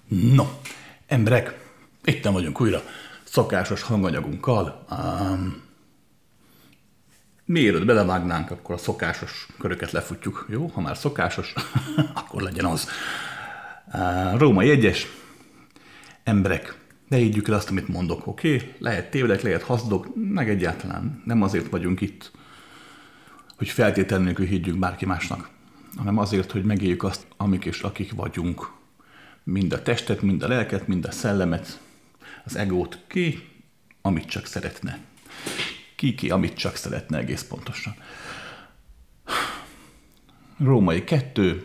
No, emberek, itten vagyunk újra, szokásos hanganyagunkkal. Mielőtt belevágnánk, akkor a szokásos köröket lefutjuk. Jó, ha már szokásos, akkor legyen az. Római 1-es. Emberek, ne higgyük el azt, amit mondok, oké? Lehet tévedek, lehet hazdok, meg egyáltalán. Nem azért vagyunk itt, hogy feltétlenül nélkül higgyük bárki másnak, hanem azért, hogy megéljük azt, amik és akik vagyunk. Mind a testet, mind a lelket, mind a szellemet, az egót, ki, amit csak szeretne. Ki, amit csak szeretne egész pontosan. Római 2.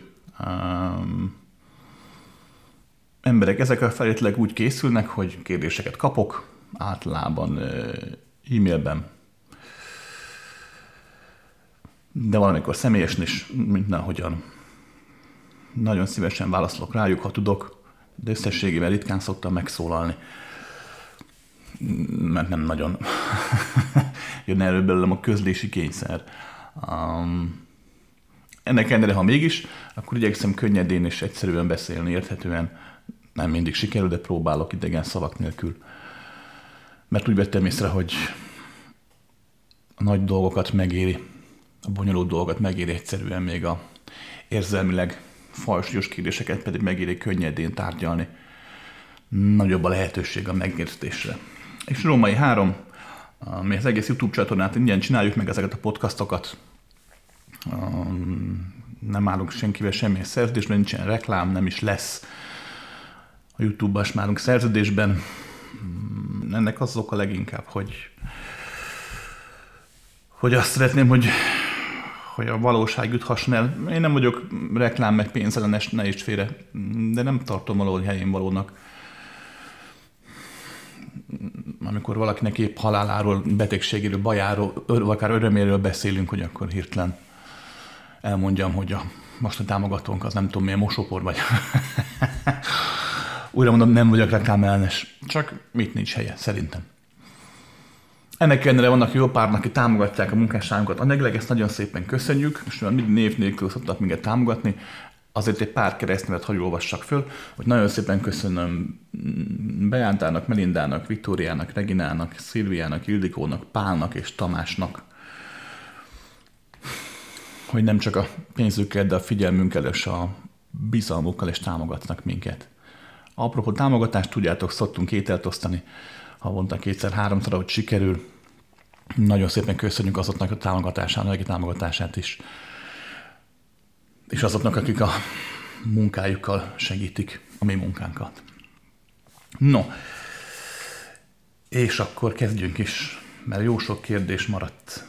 Emberek ezekre feltétlenül úgy készülnek, hogy kérdéseket kapok, általában e-mailben, de valamikor személyesen is, mindenhogyan. Nagyon szívesen válaszolok rájuk, ha tudok, de összességében ritkán szoktam megszólalni, mert nem nagyon jön elő belőlem a közlési kényszer. Ennek ellenére, ha mégis, akkor igyekszem könnyedén és egyszerűen beszélni, érthetően. Nem mindig sikerül, de próbálok idegen szavak nélkül. Mert úgy vettem észre, hogy a nagy dolgokat megéri, a bonyolult dolgokat megéri egyszerűen, még a érzelmileg fajsúlyos kérdéseket pedig megéri könnyedén tárgyalni. Nagyobb a lehetőség a megértésre. És Római 3, mi az egész YouTube csatornát ingyen csináljuk meg ezeket a podcastokat. Nem állunk senkivel semmilyen szerződésben, nincsen reklám, nem is lesz. A YouTube-ban sem állunk szerződésben. Ennek az oka leginkább, hogy azt szeretném, hogy a valóság juthasson el. Én nem vagyok reklám meg pénzellenes, ne is félre, de nem tartom valahogy helyén valónak. Amikor valakinek épp haláláról, betegségéről, bajáról, akár öröméről beszélünk, hogy akkor hirtelen elmondjam, hogy most a támogatónk az nem tudom milyen mosópor vagy. Újra mondom, nem vagyok reklámellenes, csak mit nincs helye, szerintem. Ennek ellenére vannak jó párnak, akik támogatják a munkásságunkat. Anyagileg ezt nagyon szépen köszönjük, és mindig név nélkül szoktak minket támogatni. Azért egy pár keresztnevet hadd olvassak föl, hogy nagyon szépen köszönöm Beántának, Melindának, Viktóriának, Reginának, Szilviának, Ildikónak, Pálnak és Tamásnak, hogy nem csak a pénzükkel, de a figyelmünkkel és a bizalmukkal is támogatnak minket. Apropó támogatást, tudjátok, szoktunk ételt osztani, havonta 2-3-szor, ahogy sikerül. Nagyon szépen köszönjük azoknak a támogatását, a támogatását is. És azoknak, akik a munkájukkal segítik a mi munkánkat. No, és akkor kezdjünk is, mert jó sok kérdés maradt.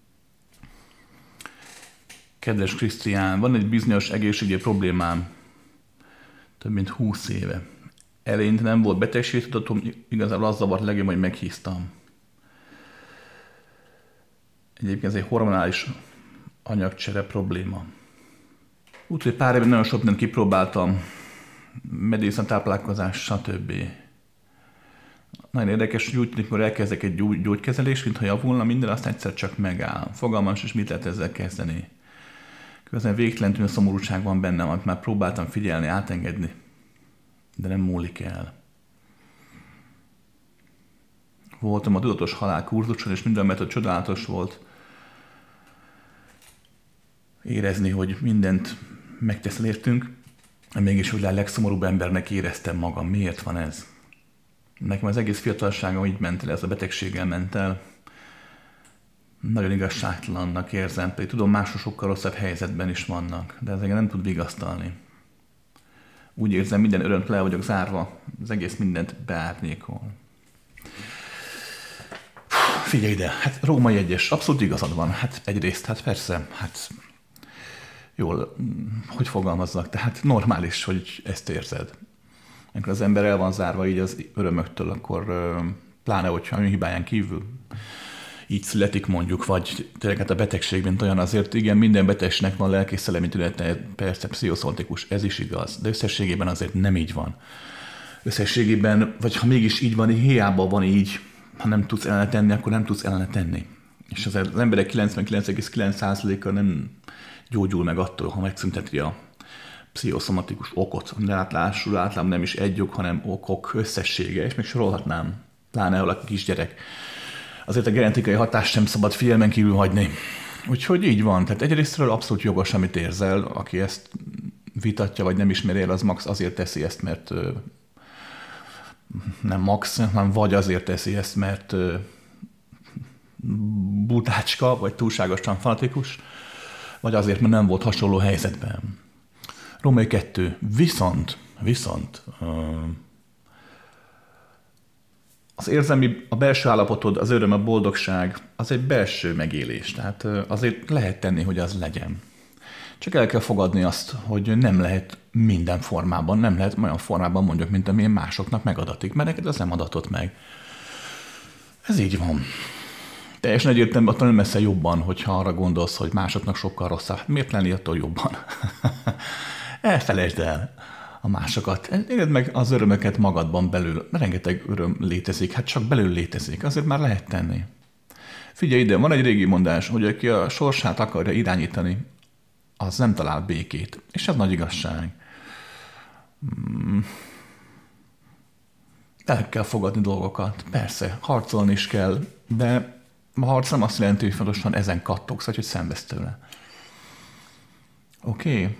Kedves Krisztián, van egy bizonyos egészségügyi problémám, több mint 20 éve. Eleinte nem volt betegségtudatom, igazából az zavart legjobb, hogy meghíztam. Egyébként ez egy hormonális anyagcsere probléma. Úgyhogy pár évben nagyon sok mindent kipróbáltam, medicina, táplálkozás, stb. Nagyon érdekes, hogy úgy tűnik, amikor elkezdek egy gyógykezelést, mintha javulna minden, azt egyszer csak megáll. Fogalmam is, mit lehet ezzel kezdeni. Közben végtelenül szomorúság van bennem, amit már próbáltam figyelni, átengedni, de nem múlik el. Voltam a tudatos halál kurzuson, és minden metód csodálatos volt érezni, hogy mindent megteszel értünk, mégis úgy a legszomorúbb embernek éreztem magam. Miért van ez? Nekem az egész fiatalságom így ment el, ez a betegséggel ment el. Nagyon igazságtalannak érzem, pedig tudom, mások sokkal rosszabb helyzetben is vannak, de ez engem nem tud vigasztalni. Úgy érzem, minden örömt le vagyok zárva, az egész mindent beárnyékol. Figyelj ide, hát Római 1-es, abszolút igazad van, hát egyrészt, hát persze, hát jól, hogy fogalmazzak, tehát normális, hogy ezt érzed. Amikor az ember el van zárva így az örömöktől, akkor pláne, hogyha önhibáján kívül így születik mondjuk, vagy tényleg hát a betegség, mint olyan, azért igen, minden betegségnek van lelki-szellemi tünete, persze pszichoszomatikus, ez is igaz, de összességében azért nem így van. Összességében, vagy ha mégis így van, hiába van így, ha nem tudsz ellene tenni, akkor nem tudsz ellene tenni. És az emberek 99,9%-a nem gyógyul meg attól, ha megszünteti a pszichoszomatikus okot, de általában nem is egy ok, hanem okok összessége, és még sorolhatnám, pláne ahol a kisgyerek. Azért a genetikai hatást sem szabad figyelmen kívül hagyni. Úgyhogy így van, tehát egyrésztről abszolút jogos, amit érzel, aki ezt vitatja, vagy nem ismeri el, az max azért teszi ezt, mert nem max, hanem vagy azért teszi ezt, mert butácska, vagy túlságosan fanatikus, vagy azért, mert nem volt hasonló helyzetben. Római 2. Viszont az érzelmi, a belső állapotod, az öröm, a boldogság, az egy belső megélés. Tehát azért lehet tenni, hogy az legyen. Csak el kell fogadni azt, hogy nem lehet minden formában, nem lehet olyan formában mondjuk, mint amilyen másoknak megadatik, mert neked az nem adatott meg. Ez így van. Teljesen egyértelmű, attól nem messze jobban, hogyha arra gondolsz, hogy másoknak sokkal rosszabb. Miért lenni attól jobban? Elfelejtsd el a másokat. Éld meg az örömöket magadban belül. Rengeteg öröm létezik, hát csak belül létezik. Azért már lehet tenni. Figyelj ide, van egy régi mondás, hogy aki a sorsát akarja irányítani, az nem talál békét. És ez nagy igazság. El kell fogadni dolgokat. Persze, harcolni is kell, de a harc nem azt jelenti, hogy fontosan ezen kattogsz, vagy hogy szenvedsz tőle. Oké?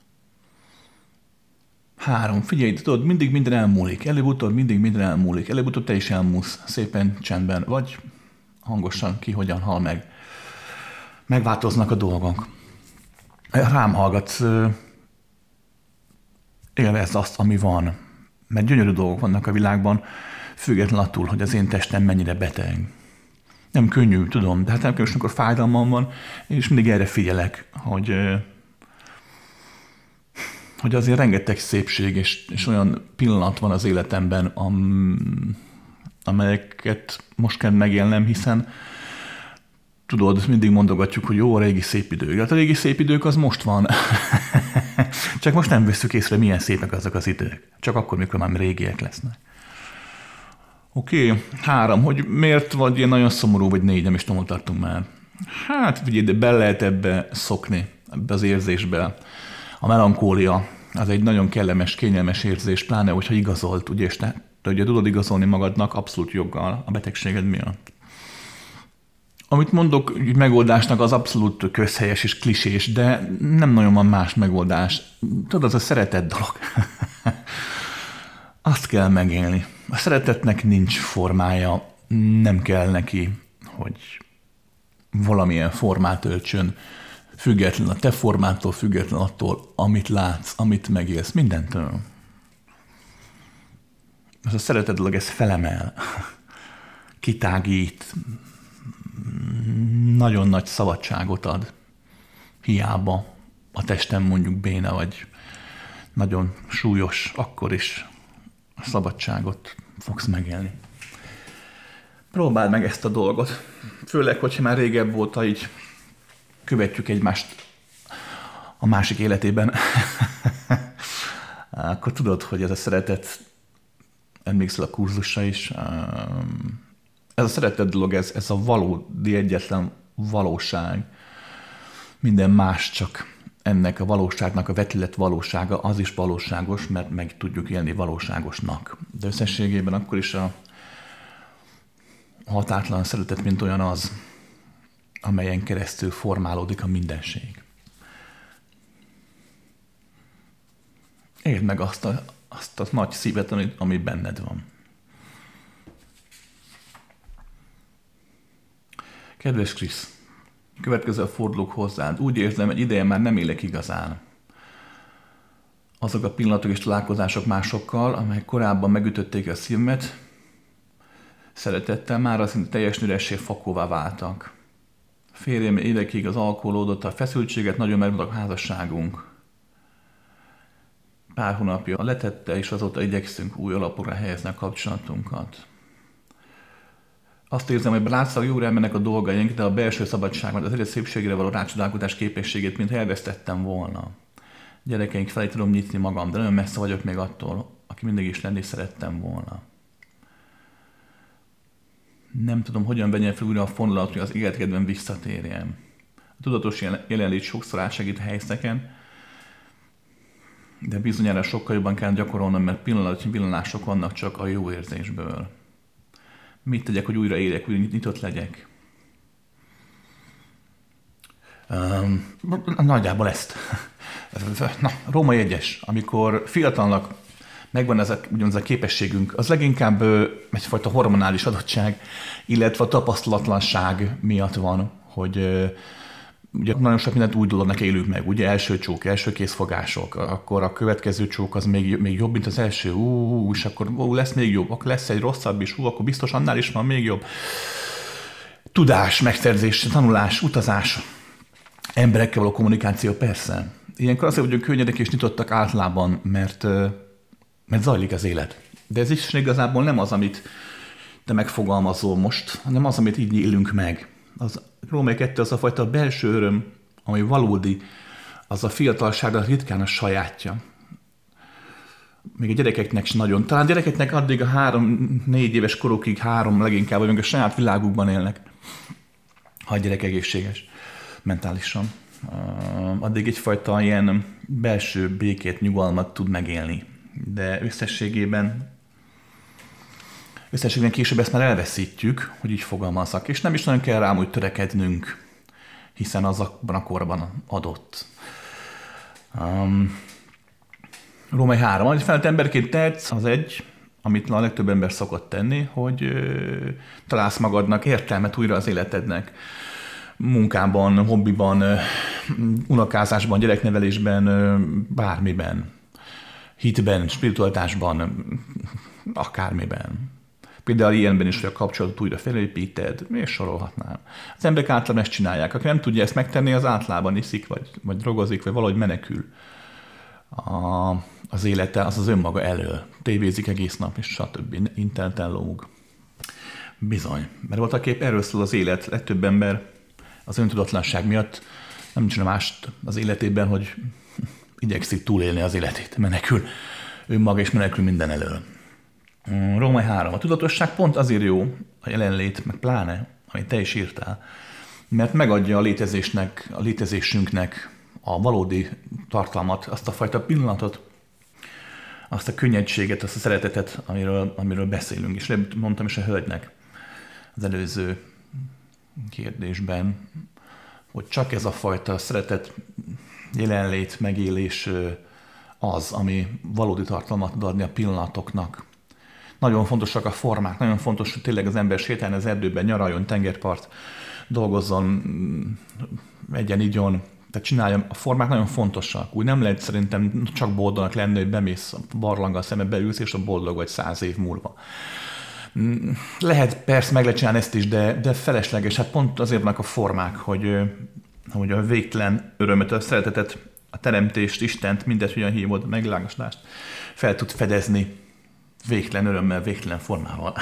3. Figyelj, tudod, mindig minden elmúlik. Előbb-utóbb mindig minden elmúlik. Előbb-utóbb te is elmúlsz szépen, csendben, vagy hangosan, ki hogyan hal meg. Megváltoznak a dolgok. Rám hallgatsz, élvezd azt, ami van. Mert gyönyörű dolgok vannak a világban, független attól, hogy az én testem mennyire beteg. Nem könnyű, tudom, de hát nem könnyű, amikor fájdalmam van, és mindig erre figyelek, hogy azért rengeteg szépség és olyan pillanat van az életemben, amelyeket most kell megélnem, hiszen tudod, mindig mondogatjuk, hogy jó, a régi szép idők. Hát a régi szép idők az most van. Csak most nem veszük észre, milyen szépek azok az idők. Csak akkor, mikor már régiek lesznek. Oké. 3. Hogy miért vagy ilyen nagyon szomorú, vagy 4, nem is tudom, tartunk már. Hát, ugye, de be lehet ebbe szokni, ebbe az érzésbe. A melankólia, az egy nagyon kellemes, kényelmes érzés, pláne, hogyha igazolt, ugye, és te ugye tudod igazolni magadnak abszolút joggal a betegséged miatt. Amit mondok megoldásnak, az abszolút közhelyes és klisés, de nem nagyon van más megoldás. Tudod, az a szeretet dolog. Azt kell megélni. A szeretetnek nincs formája, nem kell neki, hogy valamilyen formát öltsön, független a te formától, független attól, amit látsz, amit megélsz, mindentől. Ez a szeretet dolog, ez felemel, kitágít, nagyon nagy szabadságot ad. Hiába a testem mondjuk béna, vagy nagyon súlyos, akkor is a szabadságot fogsz megélni. Próbáld meg ezt a dolgot. Főleg, hogyha már régebb óta így követjük egymást a másik életében, akkor tudod, hogy ez a szeretet, emlékszel a kurzusra is, ez a szeretet dolog, ez a valódi egyetlen valóság. Minden más csak ennek a valóságnak a vetület valósága, az is valóságos, mert meg tudjuk élni valóságosnak. De összességében akkor is a határtalan szeretet, mint olyan az, amelyen keresztül formálódik a mindenség. Éld meg azt a nagy szívet, ami benned van. Kedves Krisz, következő fordulok hozzád. Úgy érzem, egy ideje már nem élek igazán. Azok a pillanatok és találkozások másokkal, amelyek korábban megütötték a szívemet, szeretettel már az teljes üressé fakóvá váltak. Férjem évekig az alkohol oldott a feszültséget, nagyon megmondott a házasságunk. Pár hónapja letette, és azóta igyekszünk új alapokra helyezni a kapcsolatunkat. Azt érzem, hogy látszólag jól elmennek a dolgaink, de a belső szabadságot, az élet szépségére való rácsodálkozás képességét, mint elvesztettem volna. Gyerekeink felé tudom nyitni magam, de nagyon messze vagyok még attól, aki mindig is lenni szerettem volna. Nem tudom, hogyan vegyem fel újra a fonalat, hogy az életkedben visszatérjem. A tudatos jelenlét sokszor átsegít helyszeken, de bizonyára sokkal jobban kell gyakorolnom, mert pillanások vannak csak a jó érzésből. Mit tegyek, hogy újra éljek, újra nyitott legyek? Nagyjából ezt. Na, Római 1-es, amikor fiatalnak megvan ugyanaz a képességünk, az leginkább egyfajta hormonális adottság, illetve a tapasztalatlanság miatt van, hogy ugye nagyon sok mindent úgy dolognak élünk meg, ugye első csók, első készfogások, akkor a következő csók az még jobb, mint az első, és akkor lesz még jobb, akkor lesz egy rosszabb is, akkor biztos annál is van még jobb. Tudás, megszerzés, tanulás, utazás, emberekkel való kommunikáció, persze. Ilyenkor azért vagyunk könnyedek és nyitottak általában, mert zajlik az élet. De ez is igazából nem az, amit te megfogalmazol most, hanem az, amit így élünk meg. Az Római 2 az a fajta belső öröm, ami valódi, az a fiatalságnak ritkán a sajátja. Még a gyerekeknek is nagyon. Talán a gyerekeknek addig a 3-4 éves korukig, leginkább, hogy a saját világukban élnek. Ha a gyerek egészséges mentálisan. Addig egyfajta ilyen belső békét, nyugalmat tud megélni. De összességében később ezt már elveszítjük, hogy így fogalmazzak, és nem is nagyon kell rám úgy törekednünk, hiszen az abban a korban adott. Római 3. Amit felnőtt emberként tehetsz, az egy, amit a legtöbb ember szokott tenni, hogy találsz magadnak értelmet újra az életednek. Munkában, hobbiban, unokázásban, gyereknevelésben, bármiben. Hitben, spiritualitásban, akármiben. Például ilyenben is, hogy a kapcsolatot újra felépíted, és sorolhatnám. Az emberek általában ezt csinálják. Aki nem tudja ezt megtenni, az általában iszik, vagy drogozik, vagy valahogy menekül az élete, az önmaga elől. Tévézik egész nap, és stb. Interneten lóg. Bizony. Mert voltaképp erről szól az élet. Legtöbb ember az öntudatlanság miatt nem csinál mást az életében, hogy igyekszik túlélni az életét, menekül önmaga és menekül minden elől. Római 3. A tudatosság pont azért jó, a jelenlét, meg pláne, amit te is írtál, mert megadja a létezésünknek a valódi tartalmat, azt a fajta pillanatot, azt a könnyedséget, azt a szeretetet, amiről beszélünk. És mondtam is a hölgynek az előző kérdésben, hogy csak ez a fajta szeretet, jelenlét, megélés az, ami valódi tartalmat tud adni a pillanatoknak. Nagyon fontosak a formák, nagyon fontos, hogy tényleg az ember sétáljon az erdőben, nyaraljon, tengerpart, dolgozzon, egyen, igyon, tehát csinálja. A formák nagyon fontosak. Úgy nem lehet szerintem csak boldognak lenni, hogy bemész a barlanggal szembe, beülsz, és a boldog vagy 100 év múlva. Lehet, persze meg lehet csinálni ezt is, de felesleges. Hát pont azért vannak a formák, hogy a végtelen örömet, a szeretetet, a teremtést, Istent, mindegy, hogyan hívod, a megvilágosodást fel tud fedezni végtelen örömmel, végtelen formával.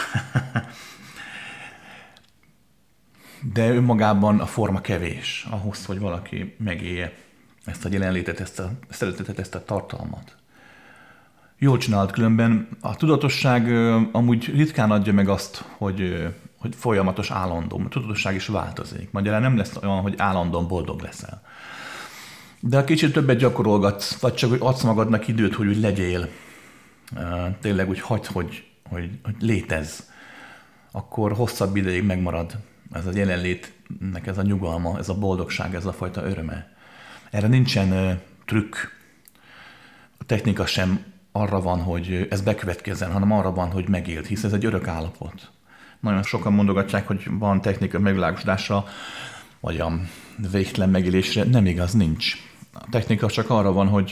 De önmagában a forma kevés ahhoz, hogy valaki megélje ezt a jelenlétet, ezt a szeretetet, ezt a tartalmat. Jól csinált, különben a tudatosság amúgy ritkán adja meg azt, hogy folyamatos állandó. A tudatosság is változik. Magyarán nem lesz olyan, hogy állandóan boldog leszel. De ha kicsit többet gyakorolgatsz, vagy csak hogy adsz magadnak időt, hogy úgy legyél, tényleg úgy hagyd, hogy létezz, akkor hosszabb ideig megmarad ez a jelenlétnek ez a nyugalma, ez a boldogság, ez a fajta öröme. Erre nincsen trükk. A technika sem arra van, hogy ez bekövetkezzen, hanem arra van, hogy megéld, hisz ez egy örök állapot. Nagyon sokan mondogatják, hogy van technika megvilágosodásra, vagy a végtelen megélésre. Nem igaz, nincs. A technika csak arra van, hogy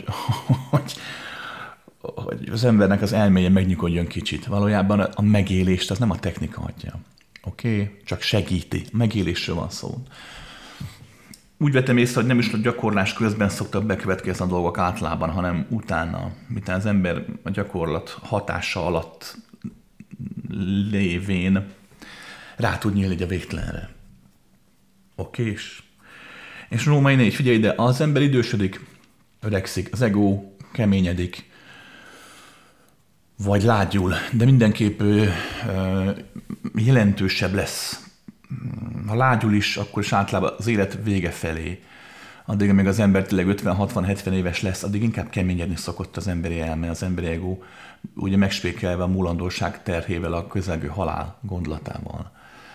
az embernek az elméje megnyugodjon kicsit. Valójában a megélést az nem a technika adja. Oké? Csak segíti. Megélésről van szó. Úgy vettem észre, hogy nem is a gyakorlás közben szoktak bekövetkezni a dolgok általában, hanem utána, miután az ember a gyakorlat hatása alatt lévén rá tud nyílni a végtelenre. Okés? És Római 4, figyelj ide, az ember idősödik, öregszik, az ego keményedik, vagy lágyul, de mindenképp jelentősebb lesz. Ha lágyul is, akkor is általában az élet vége felé. addig, amíg az ember tényleg 50-60-70 éves lesz, addig inkább keményedni szokott az emberi elme, az emberi ego, ugye megspékelve a múlandóság terhével, a közelgő halál gondolatával.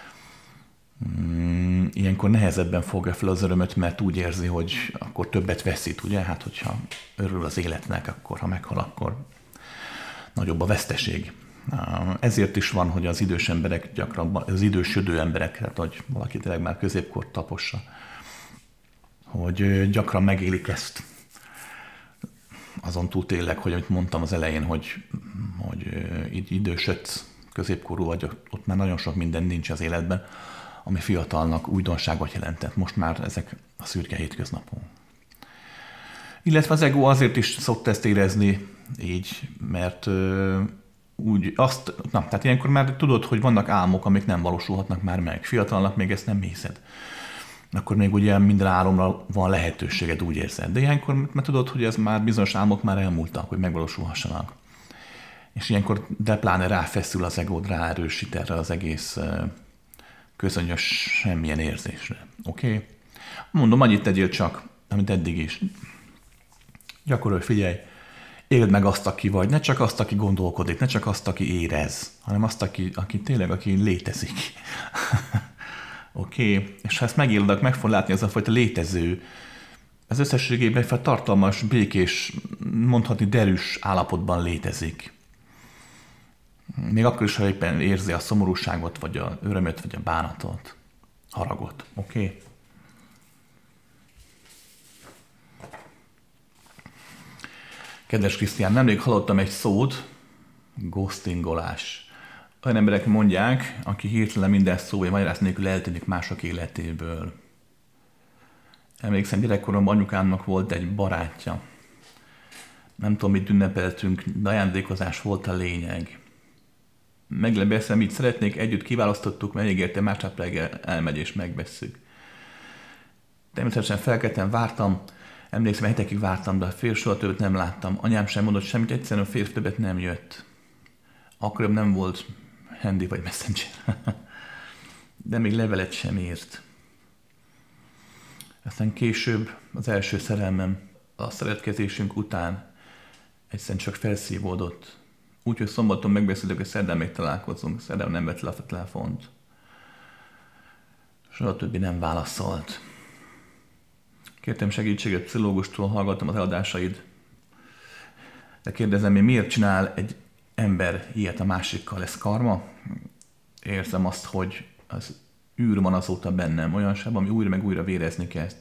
Ilyenkor nehezebben fogja fel az örömöt, mert úgy érzi, hogy akkor többet veszít, ugye? Hát, hogyha örül az életnek, akkor ha meghal, akkor nagyobb a veszteség. Ezért is van, hogy az idős emberek gyakran, az idősödő emberek, tehát hogy valaki tényleg már középkort tapossa, hogy gyakran megélik ezt. Azon túl tényleg, hogy amit mondtam az elején, hogy így idősödsz, középkorú vagy, ott már nagyon sok minden nincs az életben, ami fiatalnak újdonságot jelentett. Most már ezek a szürke hétköznapok. Illetve az ego azért is szokta ezt érezni így, mert tehát ilyenkor már tudod, hogy vannak álmok, amik nem valósulhatnak már meg. Fiatalnak még ezt nem hiszed. Akkor még ugye minden álomra van lehetőséged, úgy érzed. De ilyenkor mert tudod, hogy ez már bizonyos álmok már elmúltak, hogy megvalósulhassanak. És ilyenkor de pláne ráfeszül az egód, ráerősít erre az egész közönyös semmilyen érzésre. Oké? Mondom, annyit tegyél csak, amit eddig is. Gyakorolj, figyelj, éld meg azt, aki vagy, ne csak azt, aki gondolkodik, ne csak azt, aki érez, hanem azt, aki tényleg, aki létezik. Oké? És ha ezt megéled, meg fogod látni, ez a fajta létező, az összességében egyfajta tartalmas, békés, mondhatni derűs állapotban létezik. Még akkor is, ha éppen érzi a szomorúságot, vagy a örömöt, vagy a bánatot, haragot. Oké? Kedves Krisztián, nemrég hallottam egy szót, ghostingolás. Olyan emberek mondják, aki hirtelen minden szó vagy magyarázat nélkül eltűnik mások életéből. Emlékszem, gyerekkoromban anyukámnak volt egy barátja. Nem tudom, mit ünnepeltünk, de ajándékozás volt a lényeg. Meglebeszem, így szeretnék, együtt kiválasztottuk, mert ígérte, másnap reggel elmegy és megbeszünk. Természetesen felkeltem, vártam, emlékszem, hetekig vártam, de a férfi soha többet nem láttam. Anyám sem mondott semmit, egyszerűen a férfi többet nem jött. Akkor nem volt handy vagy messenger. De még levelet sem írt. Aztán később az első szerelmem a szeretkezésünk után egyszerűen csak felszívódott. Úgyhogy szombaton megbeszéltük, hogy szerdán még találkozunk. Szerdán nem vett le a telefont. Soha többi nem válaszolt. Kértem segítséget pszichológustól, hallgattam az eladásaid. De kérdezem, én miért csinál egy ember ilyet a másikkal? Ez karma? Érzem azt, hogy az űr van azóta bennem. Olyan sem, ami újra meg újra vérezni kezd.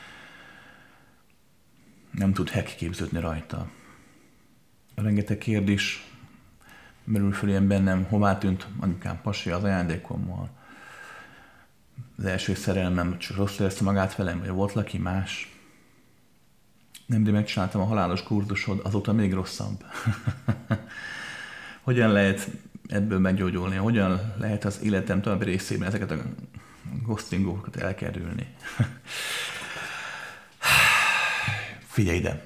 Nem tud képződni rajta. Rengeteg kérdés merül föl ilyen bennem. Hová tűnt anyukám pasi az ajándékommal? Az első szerelmem csak rosszul érezte magát velem, vagy volt valaki más? Nemrég megcsináltam a halálos kurzusod, azóta még rosszabb. Hogyan lehet ebből meggyógyulni? Hogyan lehet az életem további részében ezeket a ghostingokat elkerülni? Figyelj ide!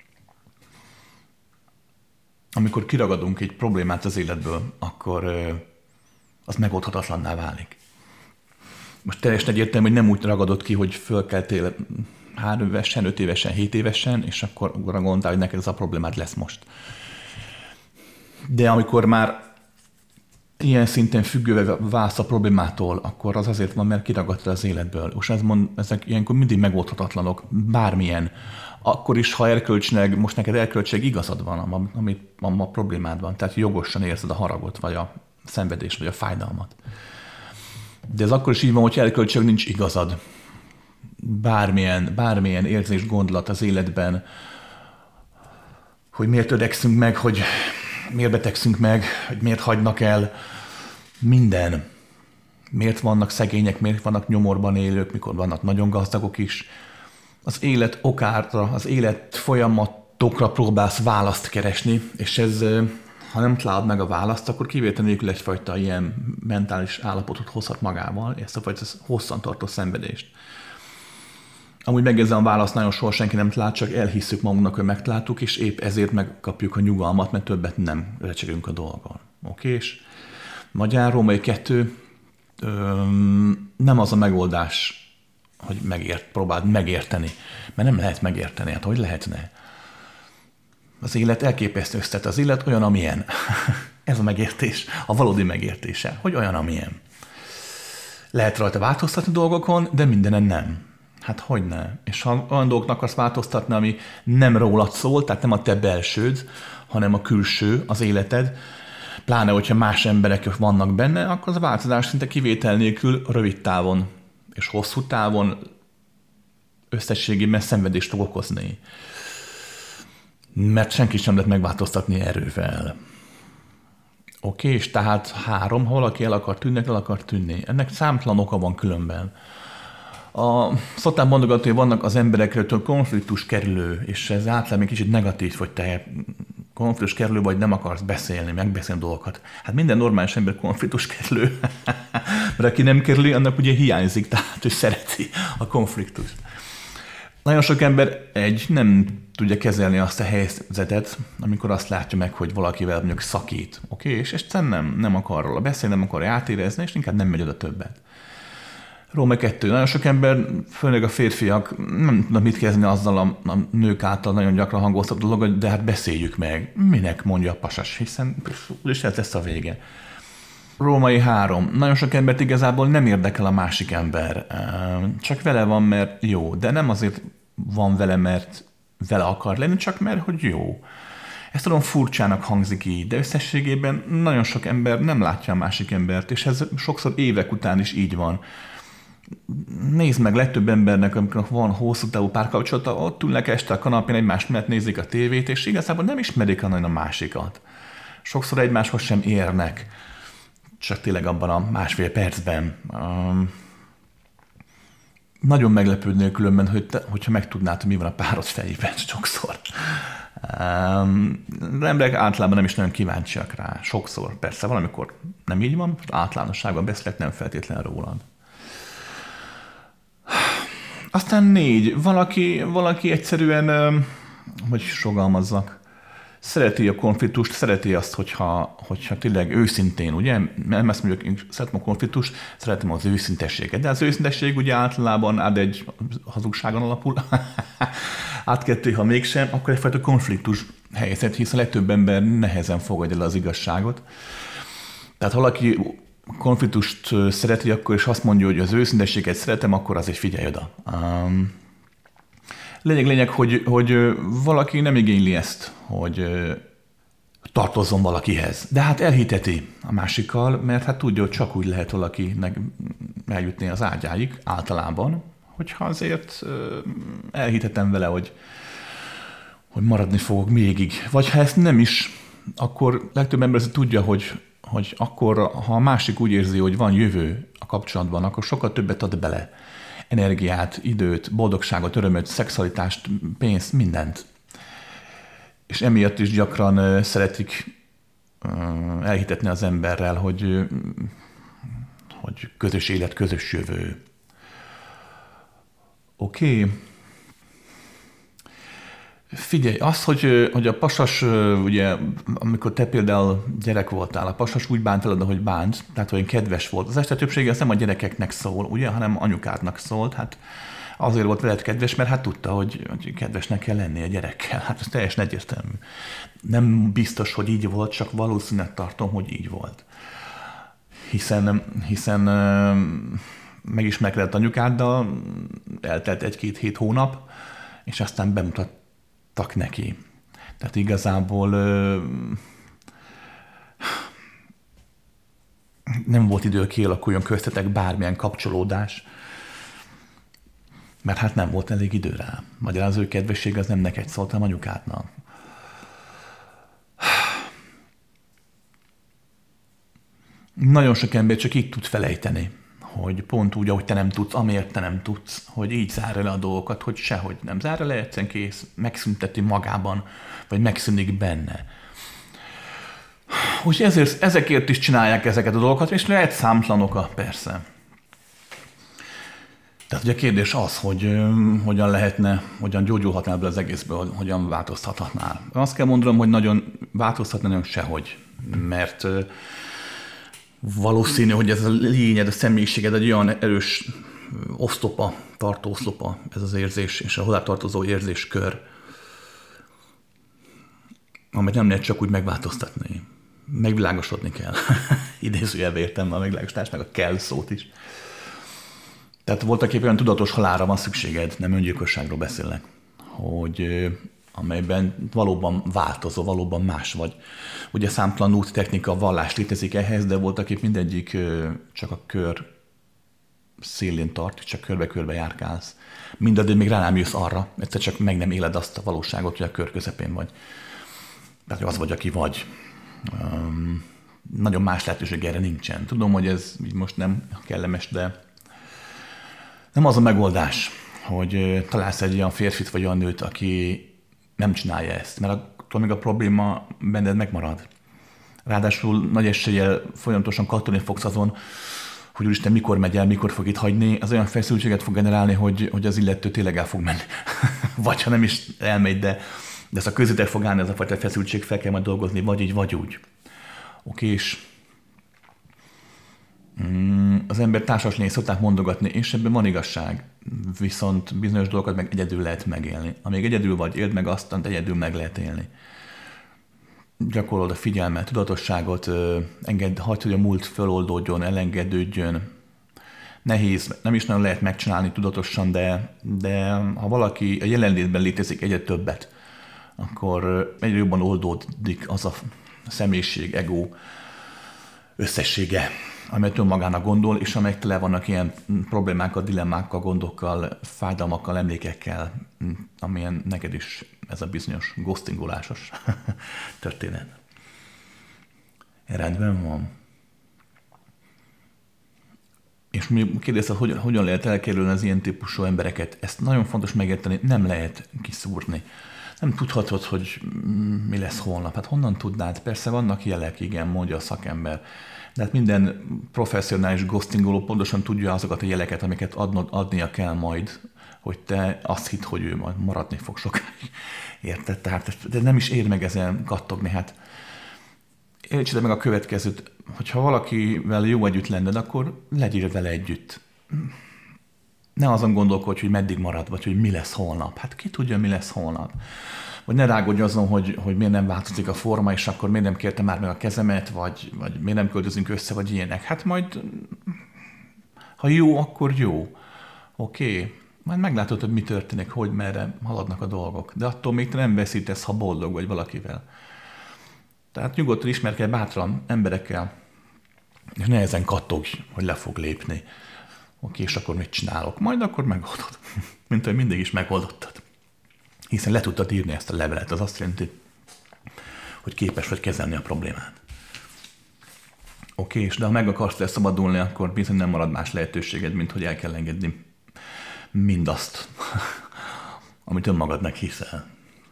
Amikor kiragadunk egy problémát az életből, akkor az megoldhatatlanná válik. Most teljesen egyértelmű, hogy nem úgy ragadott ki, hogy fölkeltél 3 évesen, 5 évesen, 7 évesen, és akkor gondoltál, hogy neked ez a problémát lesz most. De amikor már ilyen szinten függővé válsz a problémától, akkor az azért van, mert kiragadtad az életből. És ezek ilyenkor mindig megoldhatatlanok, bármilyen. Akkor is, ha erkölcsileg, most neked erkölcsileg igazad van, amit a problémád van. Tehát jogosan érzed a haragot, vagy a szenvedést, vagy a fájdalmat. De ez akkor is így van, hogy erkölcsileg nincs igazad. Bármilyen érzés, gondolat az életben, hogy miért öregszünk meg, hogy miért betegszünk meg, hogy miért hagynak el, minden. Miért vannak szegények, miért vannak nyomorban élők, mikor vannak nagyon gazdagok is. Az élet okára, az élet folyamatokra próbálsz választ keresni, és ez, ha nem találod meg a választ, akkor kivétel nélkül egyfajta ilyen mentális állapotot hozhat magával, ezt a fajta hosszantartó szenvedést. Amúgy megjegyzem, a választ nagyon soha senki nem talált, csak elhisszük magunknak, hogy megtaláltuk, és épp ezért megkapjuk a nyugalmat, mert többet nem recsegünk a dolgon. Oké? És Magyar Római 2 nem az a megoldás, próbáld megérteni. Mert nem lehet megérteni, hát hogy lehetne? Az élet elképesztő összetett, az élet olyan, amilyen. Ez a megértés, a valódi megértése, hogy olyan, amilyen. Lehet rajta változtatni dolgokon, de mindenen nem. Hát hogyne? És ha olyan dolgoknak akarsz változtatni, ami nem rólad szól, tehát nem a te belsőd, hanem a külső, az életed, pláne, hogyha más emberek vannak benne, akkor az a változás szinte kivétel nélkül rövid távon és hosszú távon összességében szenvedést fog okozni. Mert senki sem lehet megváltoztatni erővel. Oké, és tehát 3, ha valaki el akar tűnni. Ennek számtalan oka van különben. Szokták mondogatni, hogy vannak az emberekről konfliktus kerülő, és ez általában egy kicsit negatív, hogy te konfliktus kerülő vagy, nem akarsz megbeszélni dolgokat. Hát minden normális ember konfliktus kerülő, mert aki nem kerüli, annak ugye hiányzik, tehát ő szereti a konfliktust. Nagyon sok ember nem tudja kezelni azt a helyzetet, amikor azt látja meg, hogy valakivel mondjuk szakít, oké? És egyszerűen nem akar róla beszélni, nem akar átérezni, és inkább nem megy oda többet. Róma 2. Nagyon sok ember, főleg a férfiak nem tudnak mit kezdeni azzal a nők által nagyon gyakran hangoztató dolog, de hát beszéljük meg. Minek mondja a pasas, hiszen úgyis ez lesz a vége. Római 3. Nagyon sok embert igazából nem érdekel a másik ember. Csak vele van, mert jó. De nem azért van vele, mert vele akar lenni, csak mert, hogy jó. Ez tudom furcsának hangzik így, de összességében nagyon sok ember nem látja a másik embert, és ez sokszor évek után is így van. Nézd meg, legtöbb embernek, amikor van hosszú távú párkapcsolata, ott ülnek este a kanapén, egymás mellett nézik a tévét, és igazából nem ismerik nagyon a másikat. Sokszor egymáshoz sem érnek, csak tényleg abban a másfél percben. Nagyon meglepődnél különben, hogyha megtudnád, hogy mi van a párod fejében sokszor. De emberek általában nem is nagyon kíváncsiak rá. Sokszor, persze, valamikor nem így van, általánosságban beszélek, nem feltétlenül rólad. Aztán 4. Valaki egyszerűen, hogy fogalmazzak, szereti a konfliktust, szereti azt, hogyha tényleg őszintén, ugye? Nem ezt mondjuk, én szeretem a konfliktust, szeretem az őszintességet. De az őszintesség ugye általában egy hazugságon alapul. Átkettő, ha mégsem, akkor egyfajta konfliktus helyzet, hisz a legtöbb ember nehezen fogadja el az igazságot. Tehát ha valaki konfliktust szereti, akkor és azt mondja, hogy az őszintességet szeretem, akkor azért figyelj oda. Lényeg, hogy valaki nem igényli ezt, hogy tartozzon valakihez. De hát elhiteti a másikkal, mert hát tudja, hogy csak úgy lehet valakinek eljutni az ágyáig általában, hogyha azért elhitetem vele, hogy maradni fogok végig. Vagy ha ezt nem is, akkor legtöbb ember tudja, hogy akkor, ha a másik úgy érzi, hogy van jövő a kapcsolatban, akkor sokkal többet ad bele. Energiát, időt, boldogságot, örömöt, szexualitást, pénzt, mindent. És emiatt is gyakran szeretik elhitetni az emberrel, hogy közös élet, közös jövő. Oké. Figyelj, az, hogy a pasas, ugye, amikor te például gyerek voltál, a pasas úgy bánt veled, ahogy bánt, tehát olyan kedves volt. Az este többsége az nem a gyerekeknek szól, ugye, hanem anyukádnak szólt. Hát azért volt veled kedves, mert hát tudta, hogy kedvesnek kell lenni a gyerekkel. Hát ez teljesen egyértelmű. Nem biztos, hogy így volt, csak valószínűleg tartom, hogy így volt. Hiszen megismerkedett anyukáddal, eltelt 1-2 hét hónap, és aztán bemutattak neki. Tehát igazából nem volt idő, kialakuljon köztetek bármilyen kapcsolódás, mert hát nem volt elég idő rá. Magyarán az ő kedvesség az nem neked szólt, hanem anyukádnak. Nagyon sok ember csak így tud felejteni, hogy pont úgy, ahogy te nem tudsz, amiért te nem tudsz, hogy így zárja le a dolgokat, hogy sehogy nem zárja le, egyszerűen kész, megszünteti magában, vagy megszűnik benne. Úgyhogy ezekért is csinálják ezeket a dolgokat, és lehet számtalan oka, persze. Tehát ugye a kérdés az, hogy hogyan gyógyulhatnál be az egészből, hogyan változtathatnál. Azt kell mondanom, hogy nagyon változtatni nagyon sehogy, mert valószínű, hogy ez a lényed, a személyiséged egy olyan erős osztopa tartóoszlopa ez az érzés, és a hozzátartozó érzéskör, amit nem lehet csak úgy megváltoztatni. Megvilágosodni kell. Idézőjelbe értem a megvilágosítás, meg a kell szót is. Tehát voltak éppen olyan tudatos halálra van szükséged, nem öngyilkosságról beszélek, hogy amelyben valóban változó, valóban más vagy. Ugye számtalan út, technika, vallás létezik ehhez, de voltak épp mindegyik csak a kör szélén tart, csak körbe-körbe járkálsz. Mindaddig még rá nem jössz arra, egyszer csak meg nem éled azt a valóságot, hogy a kör közepén vagy. Tehát az vagy, aki vagy. Nagyon más lehetőség erre nincsen. Tudom, hogy ez így most nem kellemes, de nem az a megoldás, hogy találsz egy olyan férfit vagy olyan nőt, aki nem csinálja ezt, mert attól még a probléma benned megmarad. Ráadásul nagy eséllyel folyamatosan kattolni fogsz azon, hogy úristen, mikor megy el, mikor fog itt hagyni, az olyan feszültséget fog generálni, hogy az illető tényleg el fog menni. Vagy ha nem is elmegy, de ez a közétek fog állni, ez a fajta feszültség, fel kell majd dolgozni, vagy így, vagy úgy. Oké, és az ember társaslény szokták mondogatni, és ebben van igazság, viszont bizonyos dolgokat meg egyedül lehet megélni. Amíg egyedül vagy, éld meg azt, egyedül meg lehet élni. Gyakorolod a figyelmet, tudatosságot, hagyd, hogy a múlt föloldódjon, elengedődjön. Nehéz, nem is nagyon lehet megcsinálni tudatosan, de ha valaki a jelenlétben létezik egyre többet, akkor egyre jobban oldódik az a személyiség, ego összessége, amelyet önmagának gondol, és amelyek tele vannak ilyen problémákkal, dilemmákkal, gondokkal, fájdalmakkal, emlékekkel, amilyen neked is ez a bizonyos ghostingolásos történet. Rendben van. És mi kérdezted, hogyan lehet elkerülni az ilyen típusú embereket? Ezt nagyon fontos megérteni, nem lehet kiszúrni. Nem tudhatod, hogy mi lesz holnap. Hát honnan tudnád? Persze vannak jelek, igen, mondja a szakember. De hát minden professzionális ghostingoló pontosan tudja azokat a jeleket, amiket adnia kell majd, hogy te azt hidd, hogy ő majd maradni fog sokáig. Érted? Tehát de nem is ér meg ezen kattogni. Hát értsétek meg a következőt, hogyha valakivel jó együtt lenned, akkor legyél vele együtt. Ne azon gondolkodj, hogy meddig marad, vagy hogy mi lesz holnap. Hát ki tudja, mi lesz holnap. Vagy ne rágodj azon, hogy miért nem változik a forma, és akkor miért nem kérte már meg a kezemet, vagy miért nem költözünk össze, vagy ilyenek. Hát majd, ha jó, akkor jó. Oké. Majd meglátod, hogy mi történik, hogy merre haladnak a dolgok. De attól még te nem veszítesz, ha boldog vagy valakivel. Tehát nyugodtan ismerkedj bátran emberekkel, és nehezen kattogj, hogy le fog lépni. Oké, és akkor mit csinálok? Majd akkor megoldod. Mint hogy mindig is megoldottad. Hiszen le tudtad írni ezt a levelet. Az azt jelenti, hogy képes vagy kezelni a problémát. Oké, és de ha meg akarsz szabadulni, akkor bizony nem marad más lehetőséged, mint hogy el kell engedni mindazt, amit önmagadnak hiszel.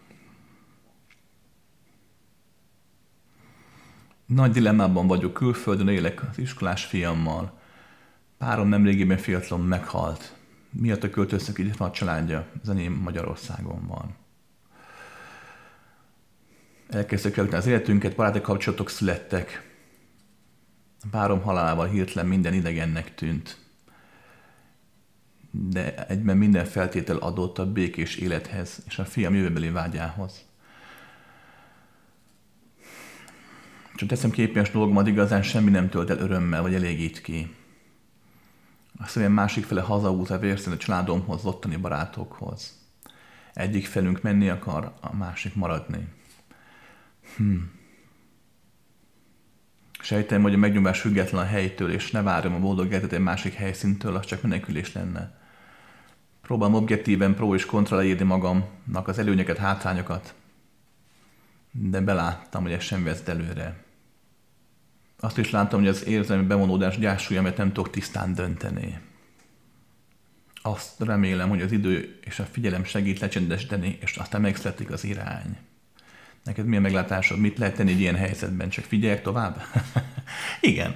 Nagy dilemmában vagyok, külföldön élek az iskolás fiammal. Párom nemrégiben fiatalon meghalt. Miatt költöztünk, itt van a családja, az enyém Magyarországon van. Elkezdtük el az életünket, baráti kapcsolatok születtek. A párom halálával hirtelen minden idegennek tűnt. De egyben minden feltétel adott a békés élethez és a fiam jövőbeli vágyához. Csak teszem képes dolgomat, igazán semmi nem tölt el örömmel, vagy elégít ki. A szemem másik fele hazaút vérszerű a családomhoz, ottani barátokhoz. Egyik felünk menni akar, a másik maradni. Sejtem, hogy a megnyugvás független a helytől, és ne várjam a boldog életet egy másik helyszíntől, az csak menekülés lenne. Próbálom objektíven pró és kontra leírni magamnak az előnyeket, hátrányokat, de beláttam, hogy ez sem vezet előre. Azt is láttam, hogy az érzelmi bevonódás gyásulja, mert nem tudok tisztán dönteni. Azt remélem, hogy az idő és a figyelem segít lecsendesíteni, és aztán megszületik az irány. Neked milyen meglátásod? Mit lehet tenni egy ilyen helyzetben? Csak figyeljek tovább? Igen.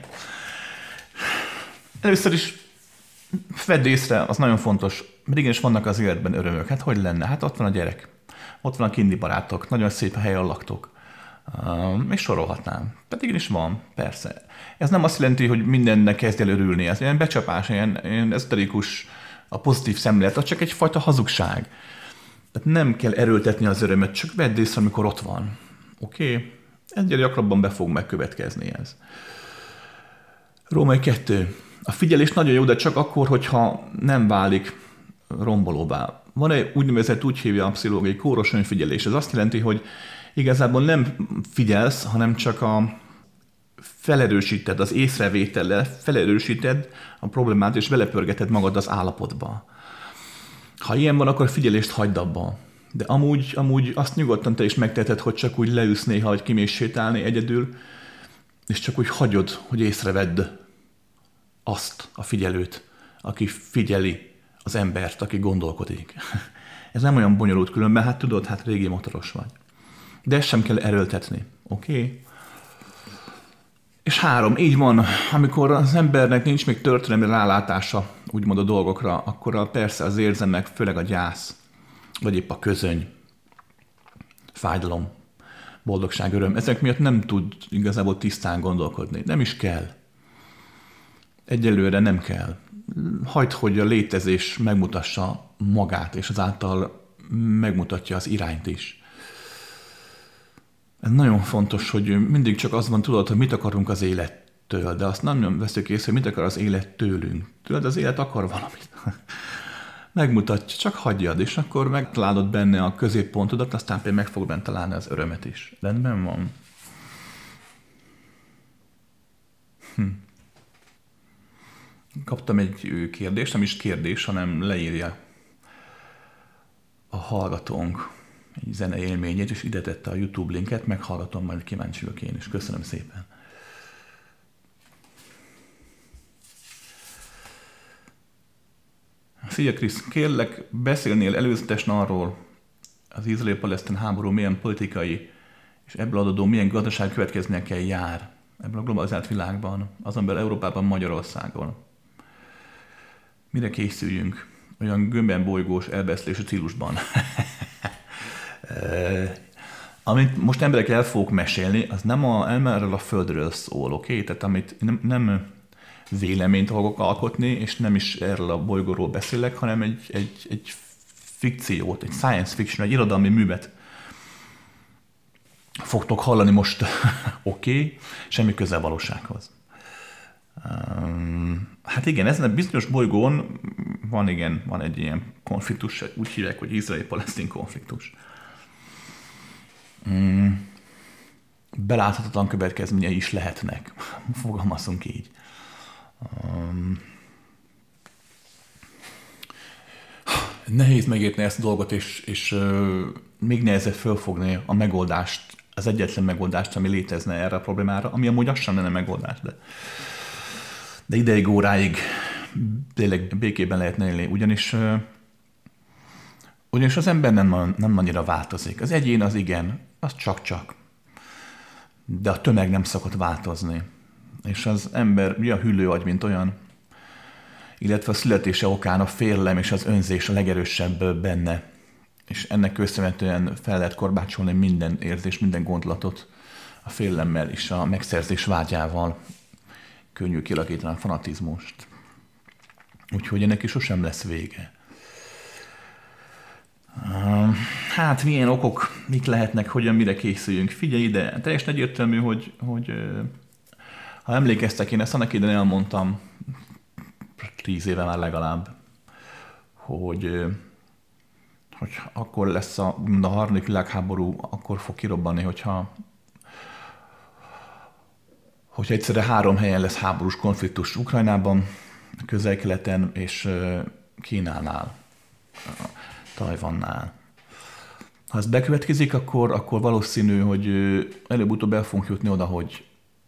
Először is vedd észre, az nagyon fontos, mert igenis vannak az életben örömök. Hát hogy lenne? Hát ott van a gyerek. Ott van a kindi barátok. Nagyon szép helyen laktok. És sorolhatnám. Pedig igenis van, persze. Ez nem azt jelenti, hogy mindennek kezdj el örülni. Ez ilyen becsapás, ilyen ezoterikus A pozitív szemlélet az csak egyfajta hazugság. Tehát nem kell erőltetni az örömet, csak vedd észre, amikor ott van. Oké? Egyre gyakrabban be fog megkövetkezni ez. Római 2. A figyelés nagyon jó, de csak akkor, hogyha nem válik rombolóvá. Van egy úgynevezett, úgy hívja a pszichológiai kóros önfigyelés. Ez azt jelenti, hogy igazából nem figyelsz, hanem csak felerősíted az észrevétellel, felerősíted a problémát, és belepörgeted magad az állapotba. Ha ilyen van, akkor a figyelést hagyd abba. De amúgy azt nyugodtan te is megteheted, hogy csak úgy leülsz néha, hogy kimész sétálni egyedül, és csak úgy hagyod, hogy észrevedd azt a figyelőt, aki figyeli az embert, aki gondolkodik. Ez nem olyan bonyolult különben, hát tudod, hát régi motoros vagy. De ezt sem kell erőltetni, oké? És 3, így van, amikor az embernek nincs még történelmi rálátása, úgymond a dolgokra, akkor persze az érzelmek, főleg a gyász, vagy épp a közöny, fájdalom, boldogság, öröm, ezek miatt nem tud igazából tisztán gondolkodni. Nem is kell. Egyelőre nem kell. Hagyd, hogy a létezés megmutassa magát, és azáltal megmutatja az irányt is. Ez nagyon fontos, hogy mindig csak az van, tudod, hogy mit akarunk az élettől, de azt nem veszük észre, hogy mit akar az élet tőlünk. Tudod, az élet akar valamit. Megmutatja, csak hagyjad, és akkor megtalálod benne a középpontodat, aztán pedig meg fog benne találni az örömet is. Rendben van. Kaptam egy kérdést, nem is kérdés, hanem leírja a hallgatónk egy zene élményét, és ide tette a YouTube linket, meghallgatom, majd kíváncsi vagyok én is. Köszönöm szépen. Szia Krisz, kérlek, beszélnél előzetesen arról, az izraeli-palesztin háború milyen politikai és ebből adódó milyen gazdasági következményekkel jár ebben a globalizált világban, azon belül Európában, Magyarországon. Mire készüljünk? Olyan gömbben bolygós elbeszélési stílusban. Amit most emberek el fogok mesélni, az nem erről a földről szól, oké? Tehát amit nem véleményt fogok alkotni, és nem is erről a bolygóról beszélek, hanem egy fikciót, egy science fiction, egy irodalmi művet fogtok hallani most, oké? Semmi közel valósághoz. Hát igen, ezen a bizonyos bolygón van egy ilyen konfliktus, úgy hívják, hogy izraeli-palesztin konfliktus. Beláthatatlan következményei is lehetnek. Fogalmazunk így. Nehéz megérteni ezt a dolgot, és még nehezebb fölfogni a megoldást, az egyetlen megoldást, ami létezne erre a problémára, ami amúgy az sem lenne megoldás, de ideig, óráig tényleg békében lehetne élni, ugyanis az ember nem annyira változik. Az egyén az igen, az csak-csak. De a tömeg nem szokott változni. És az ember mi a hüllőagy, mint olyan, illetve a születése okán a félelem és az önzés a legerősebb benne. És ennek köszönhetően fel lehet korbácsolni minden érzés, minden gondolatot a félelemmel és a megszerzés vágyával. Könnyű kilakítani a fanatizmust. Úgyhogy ennek is sosem lesz vége. Hát milyen okok, mik lehetnek, hogyan, mire készüljünk. Figyelj ide, teljesen egyértelmű, hogy ha emlékeztek, én ezt annak idején elmondtam, 10 éve már legalább, hogy akkor lesz a harmadik világháború, akkor fog kirobbanni, hogyha egyszerre 3 helyen lesz háborús konfliktus: Ukrajnában, Közel-Keleten és Kínánál, Tajvannál. Ha ez bekövetkezik, akkor valószínű, hogy előbb-utóbb el fogunk jutni oda, hogy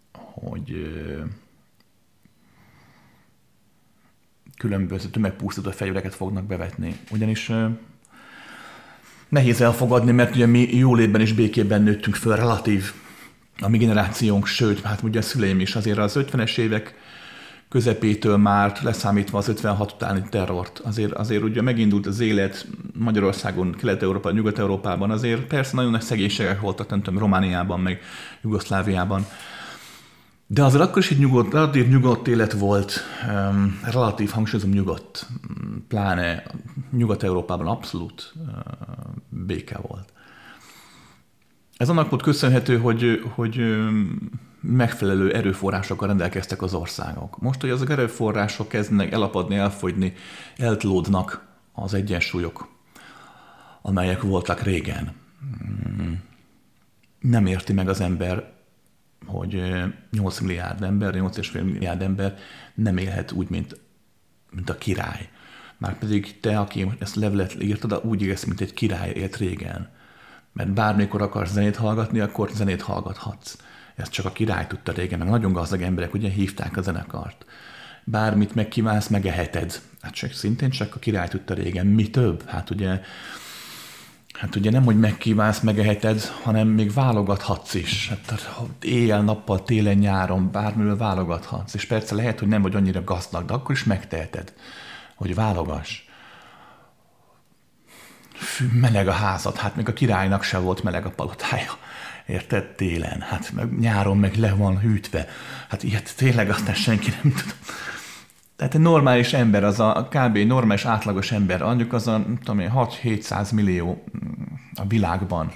különböző tömegpusztító fegyvereket fognak bevetni. Ugyanis nehéz elfogadni, mert ugye mi jólétben és békében nőttünk föl, relatív a mi generációnk, sőt, hát ugye a szüleim is azért az 50-es évek közepétől már leszámítva az 56 utáni terrort. Azért ugye megindult az élet Magyarországon, Kelet-Európában, Nyugat-Európában, azért persze nagyon nagy szegénységek voltak, nem tudom, Romániában, meg Jugoszláviában. De azért akkor is egy relatív nyugodt élet volt, relatív hangsúlyozom nyugodt, pláne Nyugat-Európában abszolút béke volt. Ez annak volt köszönhető, hogy megfelelő erőforrásokkal rendelkeztek az országok. Most, hogy azok erőforrások kezdenek elapadni, elfogyni, eltlódnak az egyensúlyok, amelyek voltak régen. Nem érti meg az ember, hogy 8 milliárd ember, 8,5 milliárd ember nem élhet úgy, mint a király. Márpedig te, aki ezt levelet írtad, úgy élsz, mint egy király élt régen. Mert bármikor akarsz zenét hallgatni, akkor zenét hallgathatsz. Ezt csak a király tudta régen, meg nagyon gazdag emberek ugye hívták a zenekart. Bármit megkívánsz, megeheted. Hát szintén csak a király tudta régen. Mi több? Hát ugye nem, hogy megkívánsz, megeheted, hanem még válogathatsz is. Hát éjjel-nappal, télen-nyáron, bármiről válogathatsz. És persze lehet, hogy nem vagy annyira gazdag, de akkor is megteheted, hogy válogass. Meleg a házad, hát még a királynak se volt meleg a palotája. Érted? Télen. Hát meg nyáron meg le van hűtve. Hát ilyet tényleg aztán senki nem tud. Tehát egy normális ember, az a kb. Normális átlagos ember, mondjuk az a 6-700 millió a világban.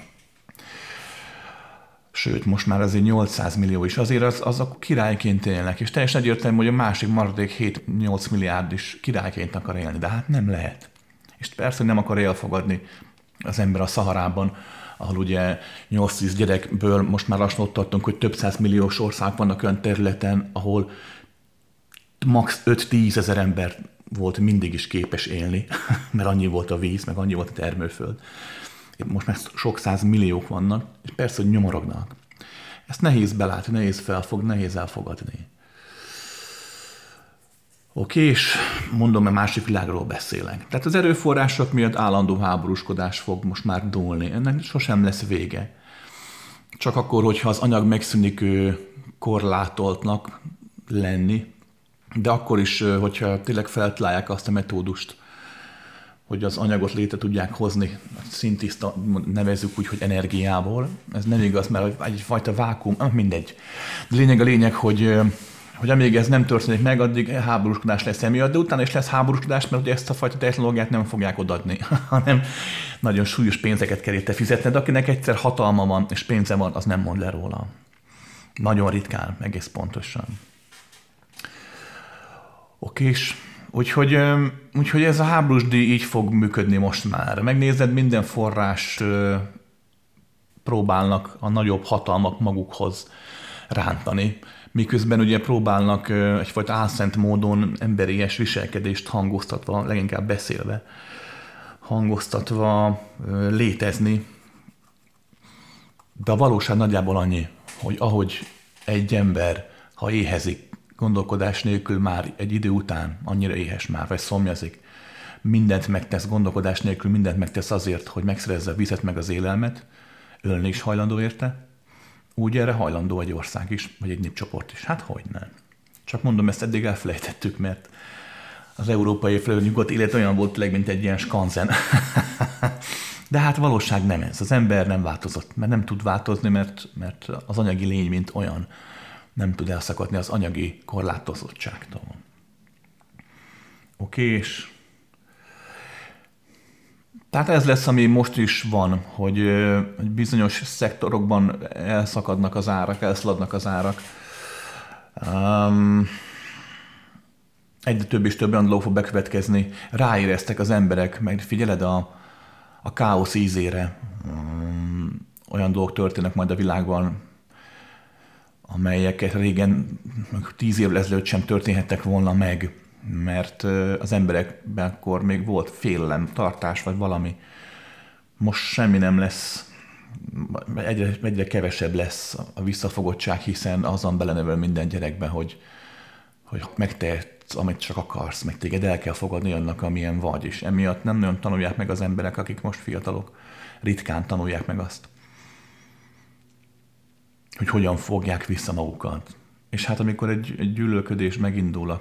Sőt, most már azért 800 millió is. Azért az a királyként élnek. És teljesen egyértelmű, hogy a másik maradék 7-8 milliárd is királyként akar élni. De hát nem lehet. És persze, hogy nem akar elfogadni az ember a Szaharában, ahol ugye 8-10 gyerekből most már lassan ott tartunk, hogy több 100 milliós ország vannak olyan területen, ahol max. 5-10 ezer ember volt mindig is képes élni, mert annyi volt a víz, meg annyi volt a termőföld. Most már sok 100 milliók vannak, és persze, hogy nyomorognak. Ezt nehéz belátni, nehéz felfogni, nehéz elfogadni. Oké, és mondom, mert másik világról beszélek. Tehát az erőforrások miatt állandó háborúskodás fog most már dúlni. Ennek sosem lesz vége. Csak akkor, hogyha az anyag megszűnik korlátoltnak lenni, de akkor is, hogyha tényleg feltalálják azt a metódust, hogy az anyagot létre tudják hozni, szintiszta, nevezzük úgy, hogy energiából. Ez nem igaz, mert egyfajta vákuum, mindegy. De a lényeg, hogy amíg ez nem történik meg, addig háborúskodás lesz emiatt, de utána is lesz háborúskodás, mert ugye ezt a fajta technológiát nem fogják odaadni, hanem nagyon súlyos pénzeket kell érte fizetni, de akinek egyszer hatalma van és pénze van, az nem mond le róla. Nagyon ritkán, egész pontosan. Okés. Úgyhogy ez a háborús díj így fog működni most már. Megnézed, minden forrás próbálnak a nagyobb hatalmak magukhoz rántani, miközben ugye próbálnak egyfajta álszent módon emberies viselkedést hangoztatva, leginkább beszélve, hangoztatva létezni. De a valóság nagyjából annyi, hogy ahogy egy ember, ha éhezik, gondolkodás nélkül már egy idő után annyira éhes már, vagy szomjazik, mindent megtesz gondolkodás nélkül, mindent megtesz azért, hogy megszerezze a vizet meg az élelmet, ölni is hajlandó érte, úgy erre hajlandó egy ország is, vagy egy népcsoport is. Hát hogy nem. Csak mondom, ezt eddig elfelejtettük, mert az európai felől nyugodt élet olyan volt, mint egy ilyen skanzen. De hát valóság nem ez. Az ember nem változott, mert nem tud változni, mert az anyagi lény, mint olyan, nem tud elszakadni az anyagi korlátozottságtól. Oké, és tehát ez lesz, ami most is van, hogy bizonyos szektorokban elszakadnak az árak, elszaladnak az árak. Egyre több és több olyan dolog fog bekövetkezni. Ráéreztek az emberek, meg figyeled a káosz ízére. Olyan dolgok történnek majd a világban, amelyeket régen 10 évvel ezelőtt sem történhettek volna meg, mert az emberekben akkor még volt félelem, tartás vagy valami. Most semmi nem lesz, egyre kevesebb lesz a visszafogottság, hiszen azon belenevel minden gyerekbe, hogy megtehetsz, amit csak akarsz, meg téged el kell fogadni annak, amilyen vagy, és emiatt nem nagyon tanulják meg az emberek, akik most fiatalok, ritkán tanulják meg azt, hogy hogyan fogják vissza magukat. És hát amikor egy gyűlölködés megindul,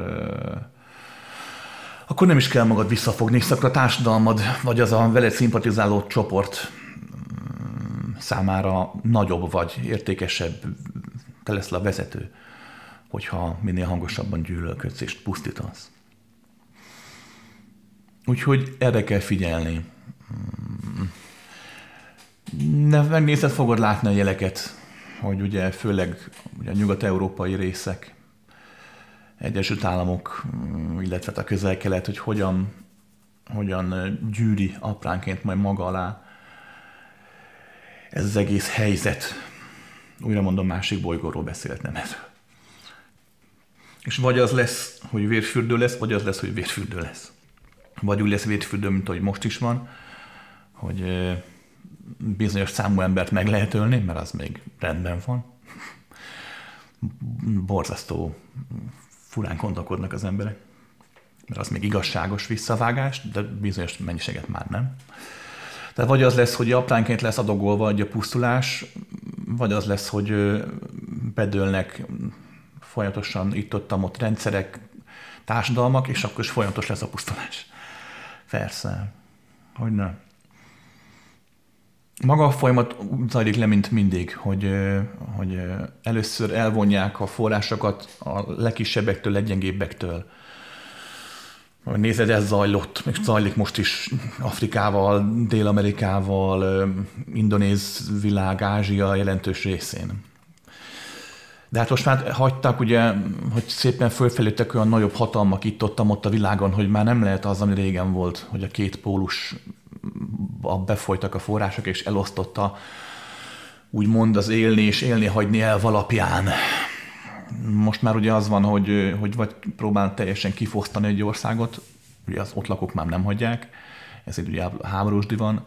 akkor nem is kell magad visszafogni, hiszen a társadalmad, vagy az a veled szimpatizáló csoport számára nagyobb vagy, értékesebb, te leszel a vezető, hogyha minél hangosabban gyűlölködsz és pusztítasz. Úgyhogy erre kell figyelni. De megnézed, fogod látni a jeleket, hogy ugye főleg ugye a nyugat-európai részek, Egyesült Államok, illetve a Közel-Kelet, hogy hogyan gyűri apránként majd maga alá ez az egész helyzet. Újra mondom, másik bolygóról beszélt, nem ez. És vagy az lesz, hogy vérfürdő lesz, vagy az lesz, hogy vérfürdő lesz. Vagy úgy lesz vérfürdő, mint ahogy most is van, hogy bizonyos számú embert meg lehet ölni, mert az még rendben van. Borzasztó furán gondolkodnak az emberek. Mert az még igazságos visszavágás, de bizonyos mennyiséget már nem. Tehát vagy az lesz, hogy apránként lesz adagolva a pusztulás, vagy az lesz, hogy bedőlnek folyamatosan itt-ott rendszerek, társadalmak, és akkor is folyamatos lesz a pusztulás. Persze. Hogy nem. Maga a folyamat zajlik le, mint mindig, hogy először elvonják a forrásokat a legkisebbektől, leggyengébbektől. Nézed, ez zajlott, és zajlik most is Afrikával, Dél-Amerikával, indonéz világ, Ázsia jelentős részén. De hát most már hagyták, ugye, hogy szépen fölfelültek olyan nagyobb hatalmak itt-ott a világon, hogy már nem lehet az, ami régen volt, hogy a két pólus befolytak a források, és elosztotta úgymond az élni és élni hagyni elv alapján. Most már ugye az van, hogy vagy próbál teljesen kifosztani egy országot, ugye az ott lakók már nem hagyják, ezért ugye háborúsdi van,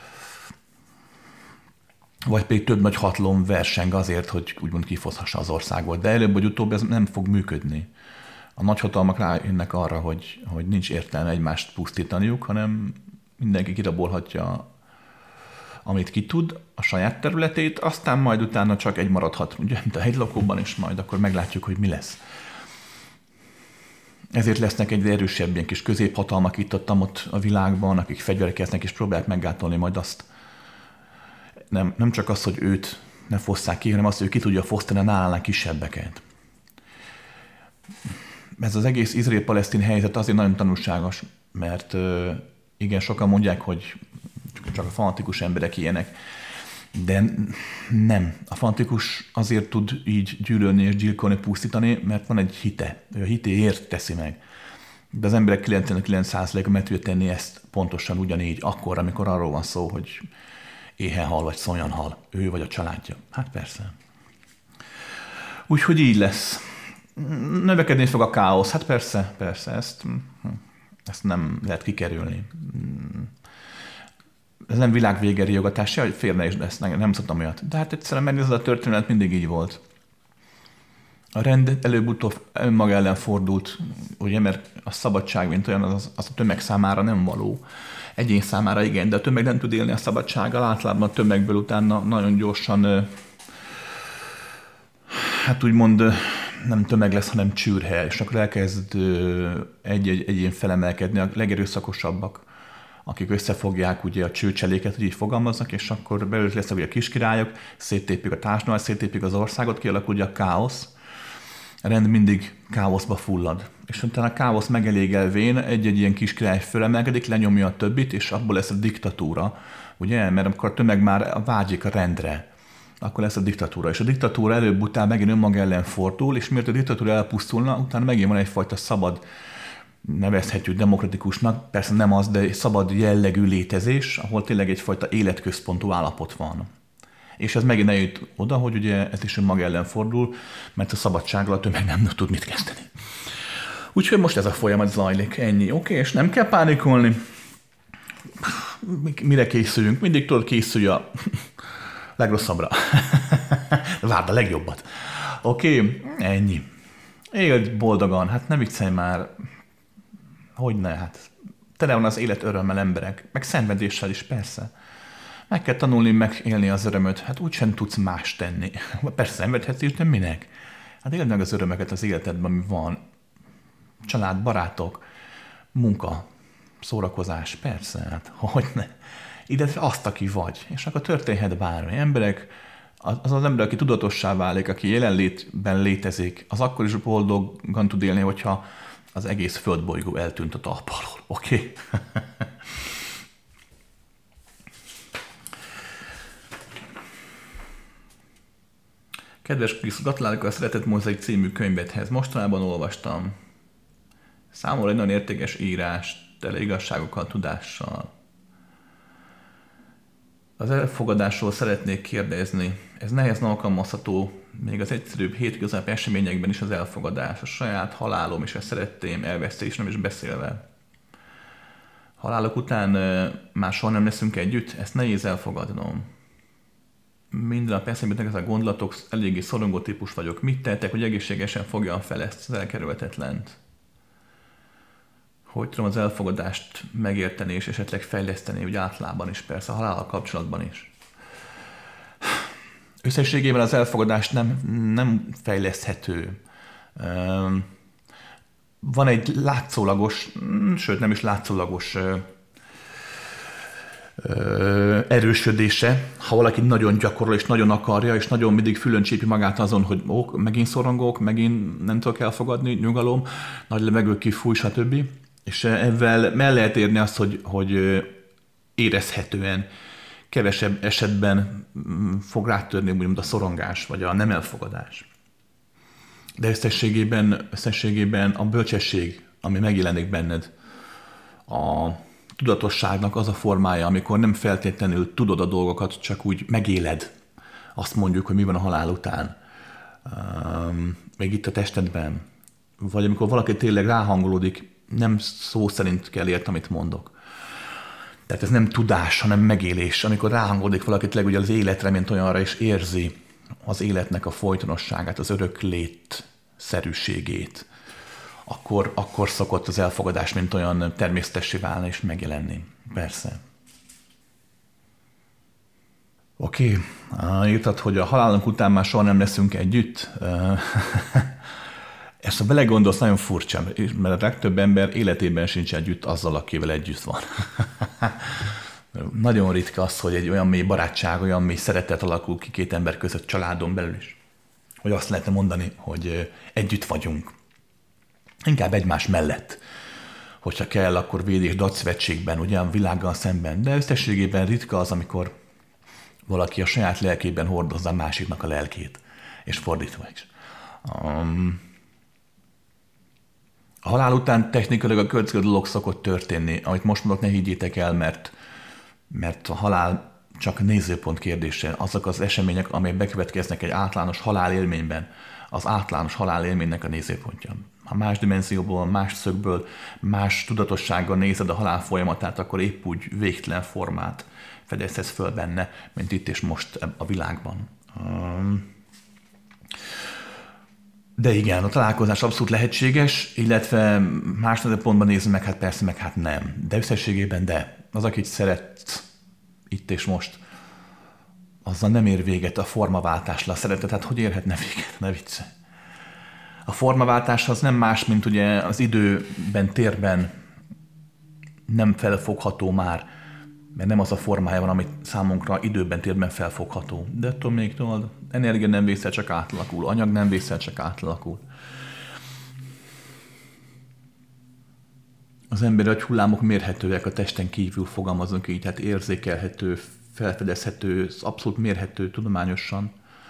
vagy pedig több nagy hatalom verseng azért, hogy úgymond kifoszthassa az országot. De előbb vagy utóbb ez nem fog működni. A nagyhatalmak rájönnek arra, hogy nincs értelme egymást pusztítaniuk, hanem mindenki kirabolhatja, amit ki tud, a saját területét, aztán majd utána csak egy maradhat, ugye, mint a hegylakóban, és majd akkor meglátjuk, hogy mi lesz. Ezért lesznek egy erősebb ilyen kis középhatalmak itt ott a világban, akik fegyverkeznek és próbálják meggátolni majd azt. Nem csak az, hogy őt ne fosszák ki, hanem azt, hogy ő ki tudja fosztani a nálánál kisebbeket. Ez az egész izrael-palesztin helyzet azért nagyon tanulságos, mert igen, sokan mondják, hogy csak a fanatikus emberek ilyenek, de nem. A fanatikus azért tud így gyűlölni és gyilkolni, pusztítani, mert van egy hite. Ő a hitéért teszi meg. De az emberek 99%-a meg tudja tenni ezt pontosan ugyanígy, akkor, amikor arról van szó, hogy éhen hal vagy szomjan hal. Ő vagy a családja. Hát persze. Úgyhogy így lesz. Növekedni fog a káosz. Hát persze, ezt nem lehet kikerülni. Ez nem világvége riogatás, hogy félre is lesz, nem szoktam olyat. De hát egyszerűen megnézed, a történet mindig így volt. A rend előbb-utóbb önmaga ellen fordult, ugye, mert a szabadság, mint olyan, az a tömeg számára nem való. Egyén számára igen, de a tömeg nem tud élni a szabadsággal, általában a tömegből utána nagyon gyorsan, hát úgymond nem tömeg lesz, hanem csűrhe, és akkor elkezd egy egyén felemelkedni, a legerőszakosabbak, akik összefogják ugye a csőcseléket, hogy így fogalmaznak, és akkor belőlük lesznek ugye a kiskirályok, széttépik a társadalmat, széttépik az országot, kialakul ugye a káosz. A rend mindig káoszba fullad. És utána a káosz megelégelvén egy-egy ilyen kiskirály fölemelkedik, lenyomja a többit, és abból lesz a diktatúra, ugye? Mert amikor a tömeg már vágyik a rendre, akkor lesz a diktatúra. És a diktatúra előbb-után megint önmaga ellen fordul, és miért a diktatúra elpusztulna, utána megint van egyfajta szabad, nevezhetjük demokratikusnak, persze nem az, de szabad jellegű létezés, ahol tényleg egyfajta életközpontú állapot van. És ez megint eljut oda, hogy ugye ez is önmaga ellen fordul, mert a szabadsággal a tömeg nem tud mit kezdeni. Úgyhogy most ez a folyamat zajlik, ennyi. Oké, és nem kell pánikolni. Mire készüljünk? Mindig tudod, készülj a legrosszabbra. Várd a legjobbat. Oké, ennyi. Éld boldogan, hát ne viccelj már. Hogyne, hát tele van az élet örömmel emberek, meg szenvedéssel is, persze. Meg kell tanulni, megélni az örömöt, hát úgysem tudsz más tenni. Persze szenvedhetsz is, de minek? Hát éld meg az örömöket az életedben, ami van. Család, barátok, munka, szórakozás, persze, hát hogyne. Illetve azt, aki vagy, és akkor történhet bármi. Emberek az ember, aki tudatossá válik, aki jelenlétben létezik, az akkor is boldogan tud élni, hogyha az egész földbolygó eltűnt a talpalól. Oké? Okay? Kedves Krisz, gratulálok a Szeretett Mozaik című könyvedhez. Mostanában olvastam. Számomra egy nagyon értékes írás, tele igazságokkal, tudással. Az elfogadásról szeretnék kérdezni. Ez nehezen alkalmazható, még az egyszerűbb hétköznapi eseményekben is az elfogadás. A saját halálom és a szeretteim elvesztés, nem is beszélve. Halálok után már soha nem leszünk együtt? Ezt nehéz elfogadnom. Minden nap eszembe jutnak ezek a gondolatok, eléggé szorongó típus vagyok. Mit tettek, hogy egészségesen fogjam fel ezt az elkerülhetetlent? Hogy tudom az elfogadást megérteni és esetleg fejleszteni, úgy általában is, persze, a halállal kapcsolatban is. Összességében az elfogadás nem fejleszthető. Van egy látszólagos, sőt nem is látszólagos erősödése, ha valaki nagyon gyakorol és nagyon akarja, és nagyon mindig fülön csípi magát azon, hogy megint szorongok, megint nem tudok elfogadni, nyugalom, nagy levegő kifúj, stb. És ezzel meg lehet érni azt, hogy érezhetően kevesebb esetben fog rátörni úgymond a szorongás, vagy a nem elfogadás. De összességében a bölcsesség, ami megjelenik benned, a tudatosságnak az a formája, amikor nem feltétlenül tudod a dolgokat, csak úgy megéled. Azt mondjuk, hogy mi van a halál után. Még itt a testedben. Vagy amikor valaki tényleg ráhangolódik, nem szó szerint kell érteni, amit mondok. Tehát ez nem tudás, hanem megélés. Amikor ráhangolódik valaki tényleg ugye az életre, mint olyanra, és érzi az életnek a folytonosságát, az örök létszerűségét, akkor szokott az elfogadás, mint olyan természetessé válni és megjelenni. Persze. Oké. Írtad, hogy a halálunk után már soha nem leszünk együtt. Ezt ha belegondolsz, nagyon furcsa, mert a legtöbb ember életében sincs együtt azzal, akivel együtt van. Nagyon ritka az, hogy egy olyan mély barátság, olyan mély szeretet alakul ki két ember között, családon belül is. Hogy azt lehetne mondani, hogy együtt vagyunk. Inkább egymás mellett. Hogyha kell, akkor véd és dacszövetségben, ugye a világgal szemben. De összességében ritka az, amikor valaki a saját lelkében hordozza a másiknak a lelkét. És fordítva is. A halál után technikailag a következő dolog szokott történni. Amit most mondok, ne higgyétek el, mert a halál csak nézőpont kérdése. Azok az események, amelyek bekövetkeznek egy általános halálélményben, az általános halálélménynek a nézőpontja. Ha más dimenzióból, más szögből, más tudatossággal nézed a halál folyamatát, akkor épp úgy végtelen formát fedezhetsz föl benne, mint itt és most a világban. De igen, a találkozás abszolút lehetséges, illetve más pontban nézni meg, hát persze, meg hát nem. De összességében de. Az, akit szeret itt és most, azzal nem ér véget a formaváltásra a szeretet. Hát hogy érhetne véget? Ne vicce. A formaváltás az nem más, mint ugye az időben, térben nem felfogható már, mert nem az a formája van, amit számunkra időben, térben felfogható. De attól még tudod, energia nem vészel, csak átalakul, anyag nem vészel, csak átalakul. Az emberi agyhullámok mérhetőek, a testen kívül fogalmazunk így, tehát érzékelhető, felfedezhető, abszolút mérhető tudományosan.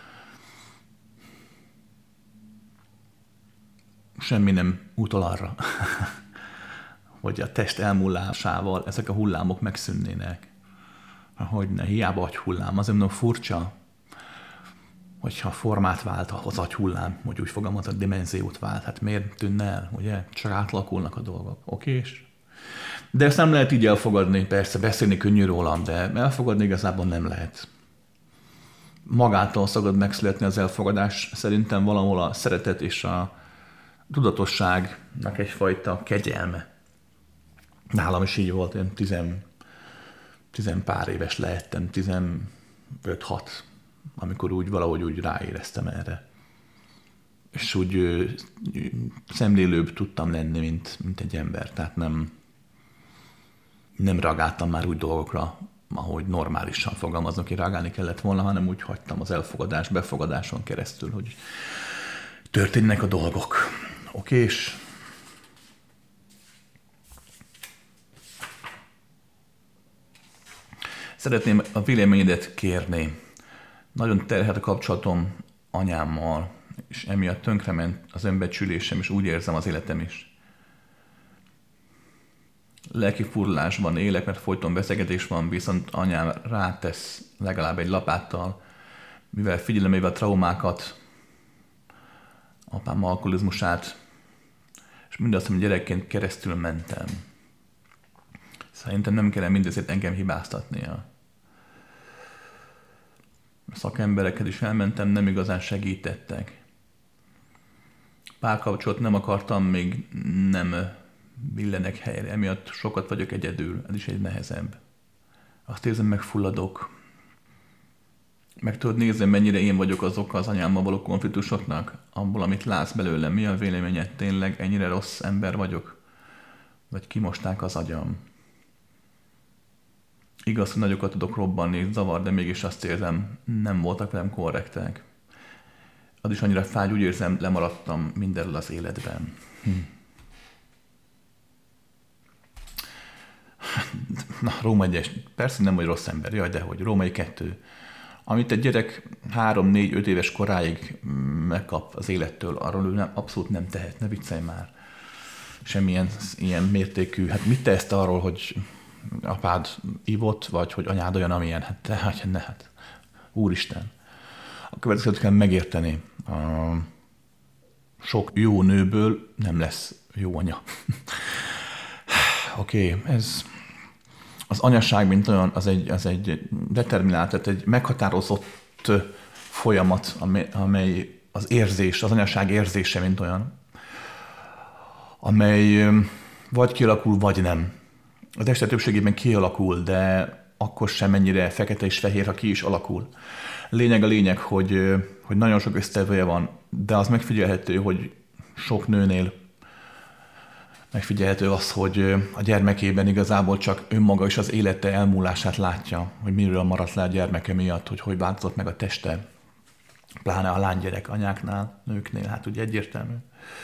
Semmi nem utal arra, hogy a test elmúlásával ezek a hullámok megszűnnének. Hogyne, hiába agyhullám. Azért mondom, furcsa, hogyha formát vált az agyhullám, hogy úgy fogalmazok, dimenziót vált. Hát miért tűnne el, ugye? Csak átalakulnak a dolgok. Okés? De ezt nem lehet így elfogadni, persze beszélni könnyű rólam, de elfogadni igazából nem lehet. Magától szokott megszületni az elfogadás, szerintem valahol a szeretet és a tudatosságnak egyfajta kegyelme. Nálam is így volt, én tizenpár éves lehettem, 15-6, amikor úgy valahogy úgy ráéreztem erre. És úgy szemlélőbb tudtam lenni, mint egy ember. Tehát nem reagáltam már úgy dolgokra, ahogy normálisan fogalmaznak, hogy reagálni kellett volna, hanem úgy hagytam az elfogadás, befogadáson keresztül, hogy történnek a dolgok. Okés? Szeretném a véleményedet kérni. Nagyon terhelt a kapcsolatom anyámmal, és emiatt tönkrement az önbecsülésem, és úgy érzem az életem is. Lelki furlásban élek, mert folyton beszélgetés van, viszont anyám rátesz legalább egy lapáttal, mivel figyelembe a traumákat, apám alkoholizmusát, és mindazt, amit gyerekként keresztül mentem. Szerintem nem kell mindezért engem hibáztatnia. A szakemberekhez is elmentem, nem igazán segítettek. Párkapcsolat nem akartam, még nem billenek helyre, emiatt sokat vagyok egyedül, ez is egy nehezebb. Azt érzem, megfulladok. Meg tudod nézni, mennyire én vagyok az oka az anyámmal való konfliktusoknak, abból, amit látsz belőlem. Mi a véleményed? Tényleg ennyire rossz ember vagyok? Vagy kimosták az agyam? Igaz, hogy nagyokat tudok robbanni, zavar, de mégis azt érzem, nem voltak velem korrektek. Az is annyira fáj, úgy érzem, lemaradtam mindenről az életben. Na, Róma 1, persze nem vagy rossz ember, jaj, dehogy, Római 2. Amit egy gyerek 3-4-5 éves koráig megkap az élettől, arról ő abszolút nem tehet, ne viccelj már. Semmilyen ilyen mértékű, hát mit tehetsz arról, hogy apád ivott, vagy hogy anyád olyan, amilyen, hát úristen. A következőt kell megérteni. Sok jó nőből nem lesz jó anya. Oké, ez az anyaság, mint olyan, az egy determinált, tehát egy meghatározott folyamat, amely az érzés, az anyaság érzése, mint olyan, amely vagy kialakul, vagy nem. Az este többségében kialakul, de akkor sem ennyire fekete és fehér, ha ki is alakul. A lényeg, hogy nagyon sok összetevője van, de az megfigyelhető, hogy sok nőnél megfigyelhető az, hogy a gyermekében igazából csak önmaga és az élete elmúlását látja, hogy miről maradt le a gyermeke miatt, hogy változott meg a teste, pláne a lánygyerek anyáknál, nőknél, hát ugye egyértelmű.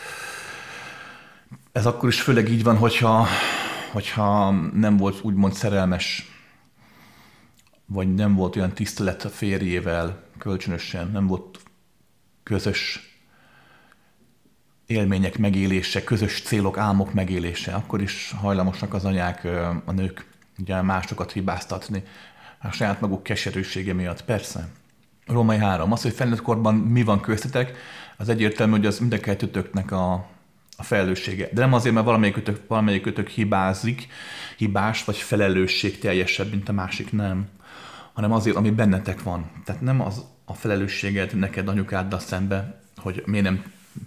Ez akkor is főleg így van, hogyha nem volt úgymond szerelmes, vagy nem volt olyan tisztelet a férjével kölcsönösen, nem volt közös élmények megélése, közös célok, álmok megélése, akkor is hajlamosak az anyák, a nők ugye másokat hibáztatni a saját maguk keserűsége miatt. Persze. Római 3. Az, hogy felnőtt korban mi van köztetek, az egyértelmű, hogy az mind a kettőtöknek a felelőssége. De nem azért, mert valamelyikőtök hibás, vagy felelősség teljesebb, mint a másik, nem. Hanem azért, ami bennetek van. Tehát nem az a felelősséged neked anyukáddal szembe, hogy miért nem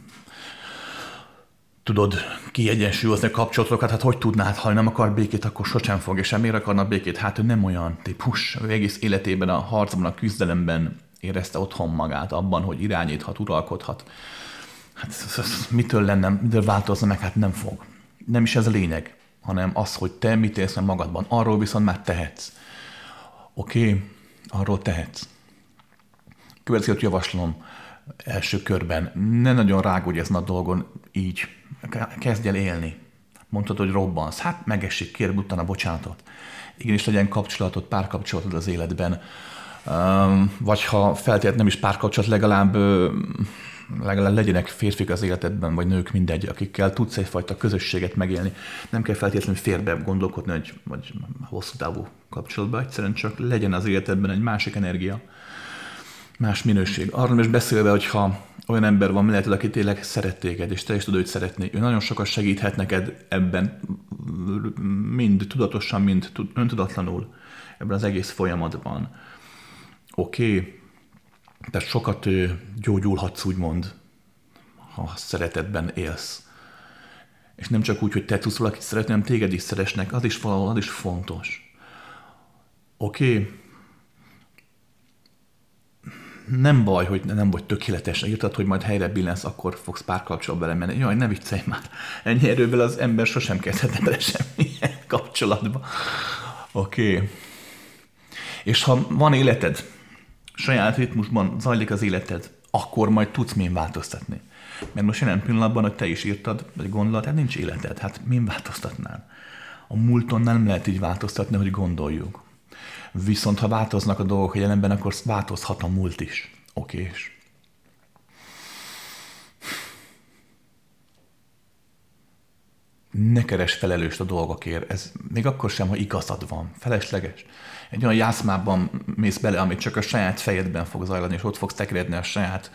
tudod kiegyensúlyozni a kapcsolatokat, hát hogy tudnád, ha nem akar békét, akkor sosem fog, és miért akarna békét? Hát ő nem olyan típus, ő egész életében a harcban, a küzdelemben érezte otthon magát, abban, hogy irányíthat, uralkodhat. Hát mitől változna meg? Hát nem fog. Nem is ez a lényeg, hanem az, hogy te mit élsz meg magadban. Arról viszont már tehetsz. Oké? Arról tehetsz. Következőt javaslom első körben. Ne nagyon rágódj ezen a dolgon így. Kezdj el élni. Mondtad, hogy robbansz. Hát megesik, kérj utána bocsánatot. Igenis legyen kapcsolatod, párkapcsolatod az életben. Vagy ha feltétlenül nem is párkapcsolat, legalább legyenek férfik az életedben, vagy nők, mindegy, akikkel tudsz egyfajta közösséget megélni. Nem kell feltétlenül férbe gondolkodni, vagy hosszú távú kapcsolatban, egyszerűen csak legyen az életedben egy másik energia, más minőség. Arról is beszélve, hogyha olyan ember van melletted, aki tényleg szeret téged, és te is tudod őt szeretni, ő nagyon sokat segíthet neked ebben, mind tudatosan, mind öntudatlanul ebben az egész folyamatban. Oké. Tehát sokat gyógyulhatsz, úgymond, ha szeretetben élsz. És nem csak úgy, hogy te tudsz valakit szeretni, hanem téged is szeresnek, az is valahol, az is fontos. Oké. Nem baj, hogy nem vagy tökéletes. Írtad, hogy majd helyre billensz, akkor fogsz párkapcsolatba belemenni. Jaj, ne viccelj már. Ennyi erővel az ember sosem kezdhetne bele semmilyen kapcsolatba. Oké. És ha van életed, saját ritmusban zajlik az életed, akkor majd tudsz min változtatni. Mert most jelen pillanatban, hogy te is írtad, vagy gondolat, hát nincs életed, hát min változtatnál? A múlton nem lehet így változtatni, hogy gondoljuk. Viszont ha változnak a dolgok a jelenben, akkor változhat a múlt is. Okés. Ne keresd felelőst a dolgokért. Ez még akkor sem, ha igazad van. Felesleges. Egy olyan játszmában mész bele, amit csak a saját fejedben fog zajlani, és ott fogsz tekeredni a saját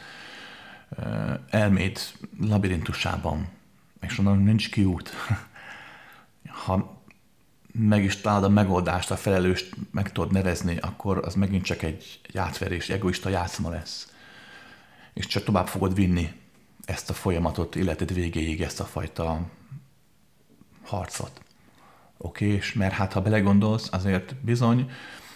elméd labirintusában. És onnan nincs kiút. Ha meg is találod a megoldást, a felelőst meg tudod nevezni, akkor az megint csak egy átverés, egoista játszma lesz. És csak tovább fogod vinni ezt a folyamatot, életed végéig, ezt a fajta harcot. És mert hát ha belegondolsz, azért bizony,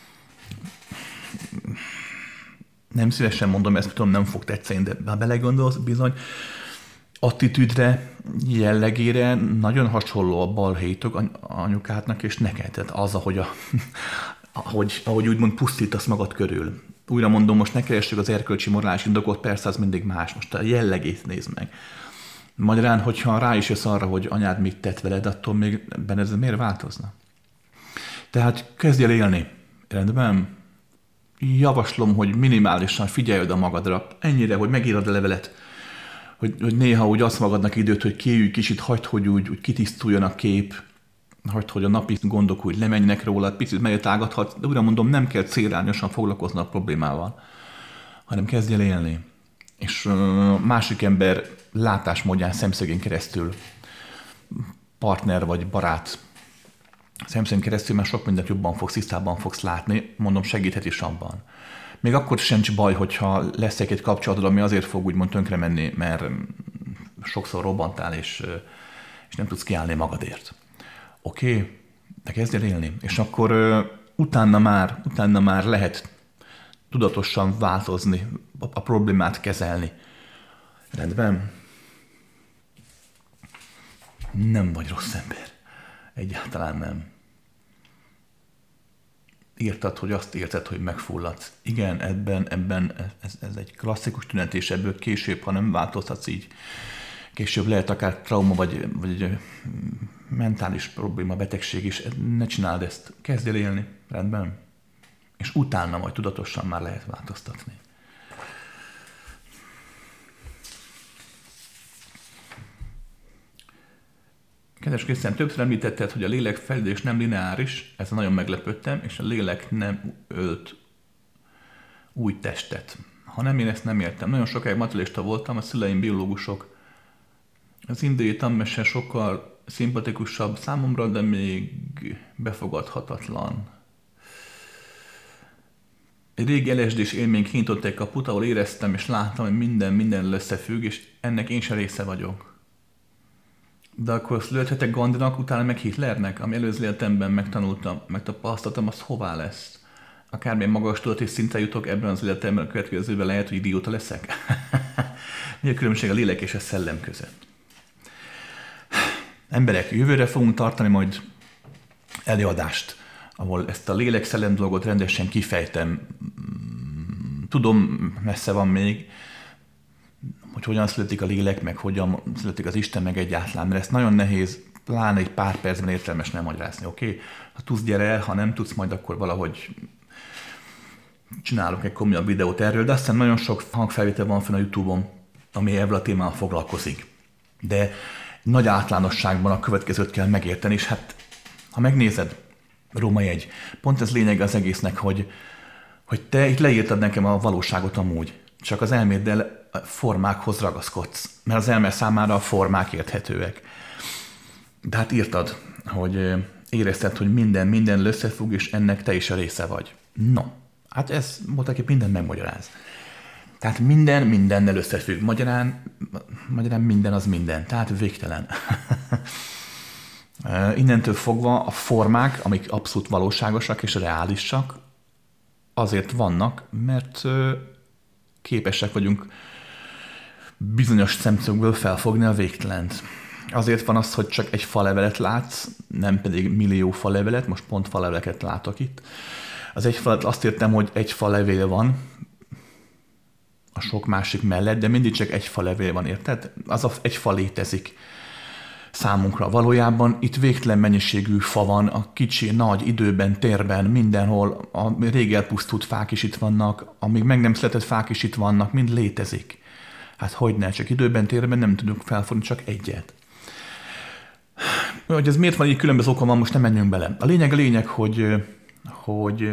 nem szívesen mondom ezt, tudom, nem fog tetszeni, de ha belegondolsz, bizony attitűdre, jellegére nagyon hasonló a balhétok anyukádnak és neked. Tehát az, ahogy úgymond pusztítasz magad körül. Újra mondom, most ne keressük az erkölcsi morális indokot, persze az mindig más. Most a jellegét nézd meg. Magyarán, hogyha rá is jössz arra, hogy anyád mit tett veled, attól még benned ez miért változna? Tehát kezdj el élni. Rendben? Javaslom, hogy minimálisan figyelj oda magadra. Ennyire, hogy megírod a levelet, hogy néha úgy azt magadnak időt, hogy kiülj kicsit, hagyd, hogy úgy kitisztuljon a kép, hagyd, hogy a napi gondok úgy lemenjenek róla, picit megtágathatsz, de újra mondom, nem kell célrányosan foglalkozni a problémával, hanem kezdj el élni. És másik ember látásmódján szemszögén keresztül, partner vagy barát szemszögén keresztül, mert sok mindent jobban fogsz, tisztában fogsz látni, mondom, segíthet is abban. Még akkor sincs baj, hogyha lesz egy kapcsolatod, ami azért fog úgymond tönkre menni, mert sokszor robbantál, és nem tudsz kiállni magadért. De kezdj el élni. És akkor utána már lehet tudatosan változni, a problémát kezelni. Rendben? Nem vagy rossz ember. Egyáltalán nem. Írtad, hogy azt érted, hogy megfulladsz. Igen, ebben ez egy klasszikus tünet, és ebből később, ha nem változtatsz így, később lehet akár trauma, vagy mentális probléma, betegség is. Ne csináld ezt. Kezdj el élni. Rendben? És utána majd tudatosan már lehet változtatni. Kedves Krisztián, többször említetted, hogy a lélek fejlődés nem lineáris, ezzel nagyon meglepődtem, és a lélek nem ölt új testet. Ha nem, én ezt nem értem. Nagyon sokáig materialista voltam, a szüleim biológusok. Az indiai tanmese sokkal szimpatikusabb számomra, de még befogadhatatlan. Egy régi LSD-s élmény kinyitott egy kaput, ahol éreztem és láttam, hogy minden összefügg, és ennek én sem része vagyok. De akkor születhetek Gandhinak, utána meg Hitlernek, ami előző életemben megtanultam, megtapasztaltam, az hová lesz? Akármilyen magas tudati szinten jutok ebben az életemben, a következőben lehet, hogy idióta leszek. Mi a különbség a lélek és a szellem között? Emberek, jövőre fogunk tartani majd előadást, ahol ezt a lélek-szellem dolgot rendesen kifejtem. Tudom, messze van még, hogy hogyan születik a lélek, meg hogyan születik az Isten, meg egyáltalán, mert ezt nagyon nehéz, pláne egy pár percben értelmes nem magyarázni, Ha tudsz, gyere el, ha nem tudsz, majd akkor valahogy csinálok egy komolyabb videót erről, de aztán nagyon sok hangfelvétel van fenn a YouTube-on, ami ebben a témával foglalkozik. De nagy általánosságban a következőt kell megérteni, és hát, ha megnézed, Római 1, pont ez lényeg az egésznek, hogy te itt leírtad nekem a valóságot amúgy, csak az elméddel formákhoz ragaszkodsz, mert az elme számára a formák érthetőek. De hát írtad, hogy érezted, hogy minden összefügg, és ennek te is a része vagy. No, hát ez voltaképp minden megmagyaráz. Tehát minden mindennel összefügg. Magyarán minden az minden, tehát végtelen. Innentől fogva a formák, amik abszolút valóságosak és reálisak, azért vannak, mert képesek vagyunk bizonyos szemszögből felfogni a végtelent. Azért van az, hogy csak egy falevelet látsz, nem pedig millió falevelet, most pont faleveleket látok itt, Az egy fal, azt értem, hogy egy fa levél van a sok másik mellett, de mindig csak egy fa levél van, érted? Az egy fa létezik számunkra. Valójában itt végtelen mennyiségű fa van, a kicsi, nagy, időben, térben, mindenhol, a rég elpusztult fák is itt vannak, amíg meg nem született fák is itt vannak, mind létezik. Hát hogyne, csak időben, térben nem tudunk felfogni, csak egyet. Hogy ez miért van így, különböző oka van, most nem menjünk bele. A lényeg, hogy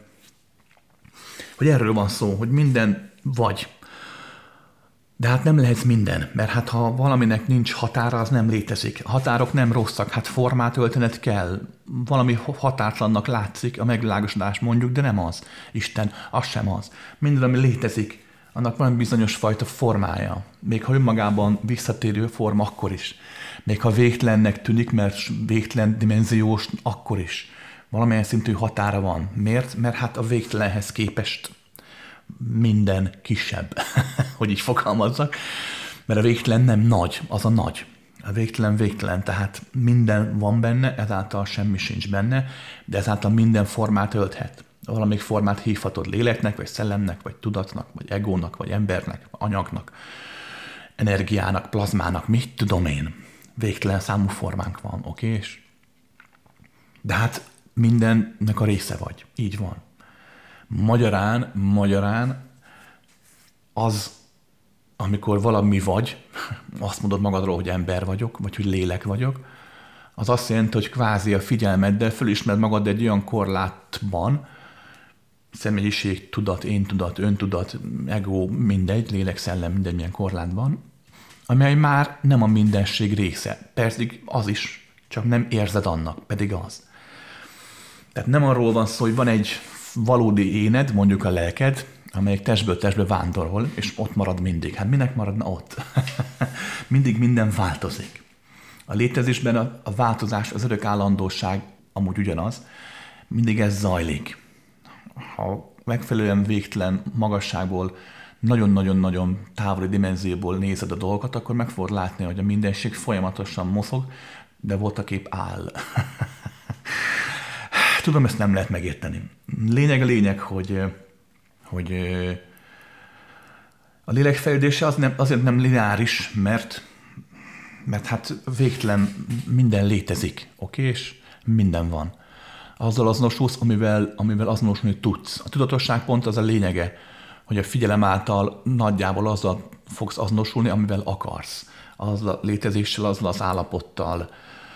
erről van szó, hogy minden vagy. De hát nem lehetsz minden, mert hát ha valaminek nincs határa, az nem létezik. A határok nem rosszak, hát formát öltened kell. Valami határtlannak látszik, a megvilágosodás mondjuk, de nem az. Isten, az sem az. Minden, ami létezik, annak van bizonyos fajta formája. Még ha önmagában visszatérő forma, akkor is. Még ha végtelennek tűnik, mert végtelen dimenziós, akkor is. Valamilyen szintű határa van. Miért? Mert hát a végtelenhez képest minden kisebb, hogy így fogalmazzak, mert a végtelen nem nagy, az a nagy. A végtelen, tehát minden van benne, ezáltal semmi sincs benne, de ezáltal minden formát ölthet. Valamelyik formát hívhatod léleknek, vagy szellemnek, vagy tudatnak, vagy egónak, vagy embernek, anyagnak, energiának, plazmának, mit tudom én. Végtelen számú formánk van, oké? De hát mindennek a része vagy. Így van. Magyarán az, amikor valami vagy, azt mondod magadról, hogy ember vagyok, vagy hogy lélek vagyok, az azt jelenti, hogy kvázi a figyelmeddel fölismered magad egy olyan korlátban, személyiség, tudat, én tudat, öntudat, ego, mindegy, lélek, szellem, mindegy, milyen korlátban, amely már nem a mindenség része. Persze az is, csak nem érzed annak, pedig az. Tehát nem arról van szó, hogy van egy valódi éned, mondjuk a lelked, amelyik testből testbe vándorol, és ott marad mindig. Hát minek maradna ott? Mindig minden változik. A létezésben a változás, az örök állandóság amúgy ugyanaz, mindig ez zajlik. Ha megfelelően végtelen magasságból, nagyon-nagyon-nagyon távoli dimenzióból nézed a dolgokat, akkor meg fogod látni, hogy a mindenség folyamatosan mozog, de voltaképp áll. Tudom, ezt nem lehet megérteni. Lényeg, hogy a lélek fejlődése azért nem lineáris, mert hát végtelen minden létezik, oké? És minden van. Azzal azonosulsz, amivel azonosulni tudsz. A tudatosság pont az a lényege, hogy a figyelem által nagyjából azzal fogsz azonosulni, amivel akarsz. Azzal a létezéssel, azzal az állapottal.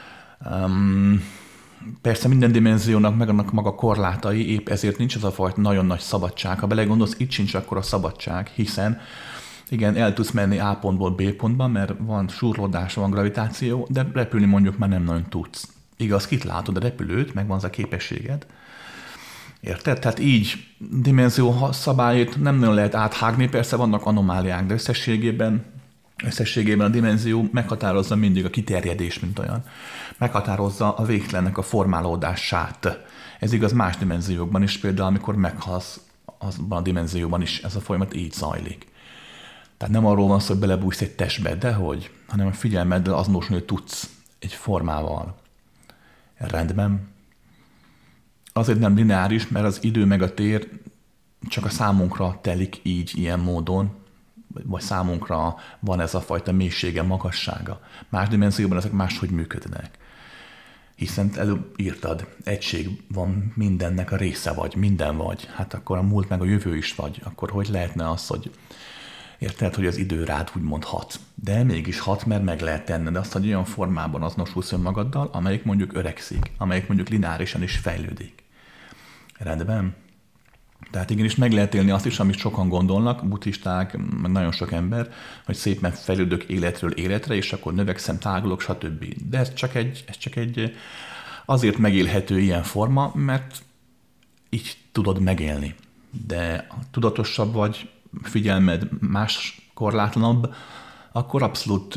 Persze minden dimenziónak megvannak maga korlátai, épp ezért nincs az a fajta nagyon nagy szabadság. Ha belegondolsz, itt sincs akkor a szabadság, hiszen igen, el tudsz menni A pontból B pontba, mert van súrlódás, van gravitáció, de repülni mondjuk már nem nagyon tudsz. Igaz, kit látod a repülőt, meg van az a képességed. Érted? Tehát így dimenzió szabályait nem nagyon lehet áthágni, persze vannak anomáliák, de összességében a dimenzió meghatározza mindig a kiterjedés, mint olyan. Meghatározza a végtelennek a formálódását. Ez igaz más dimenziókban is, például amikor meghalsz, azban a dimenzióban is ez a folyamat így zajlik. Tehát nem arról van szó, hogy belebújsz egy testbe, dehogy, hanem a figyelmeddel azonosulni tudsz egy formával. Rendben. Azért nem lineáris, mert az idő meg a tér csak a számunkra telik így, ilyen módon, vagy számunkra van ez a fajta mélysége, magassága. Más dimenzióban ezek máshogy működnek. Hiszen előbb írtad, egység van, mindennek a része vagy, minden vagy. Hát akkor a múlt meg a jövő is vagy. Akkor hogy lehetne az, hogy érted, hogy az idő rád úgymond hat. De mégis hat, mert meg lehet tenned azt, hogy olyan formában azonosulsz önmagaddal, amelyik mondjuk öregszik, amelyik mondjuk lineárisan is fejlődik. Rendben? Tehát igenis meg lehet élni azt is, amit sokan gondolnak, buddhisták, meg nagyon sok ember, hogy szépen fejlődök életről életre, és akkor növekszem, tágulok, stb. De ez csak egy azért megélhető ilyen forma, mert így tudod megélni. De ha tudatosabb vagy, figyelmed más korlátlanabb, akkor abszolút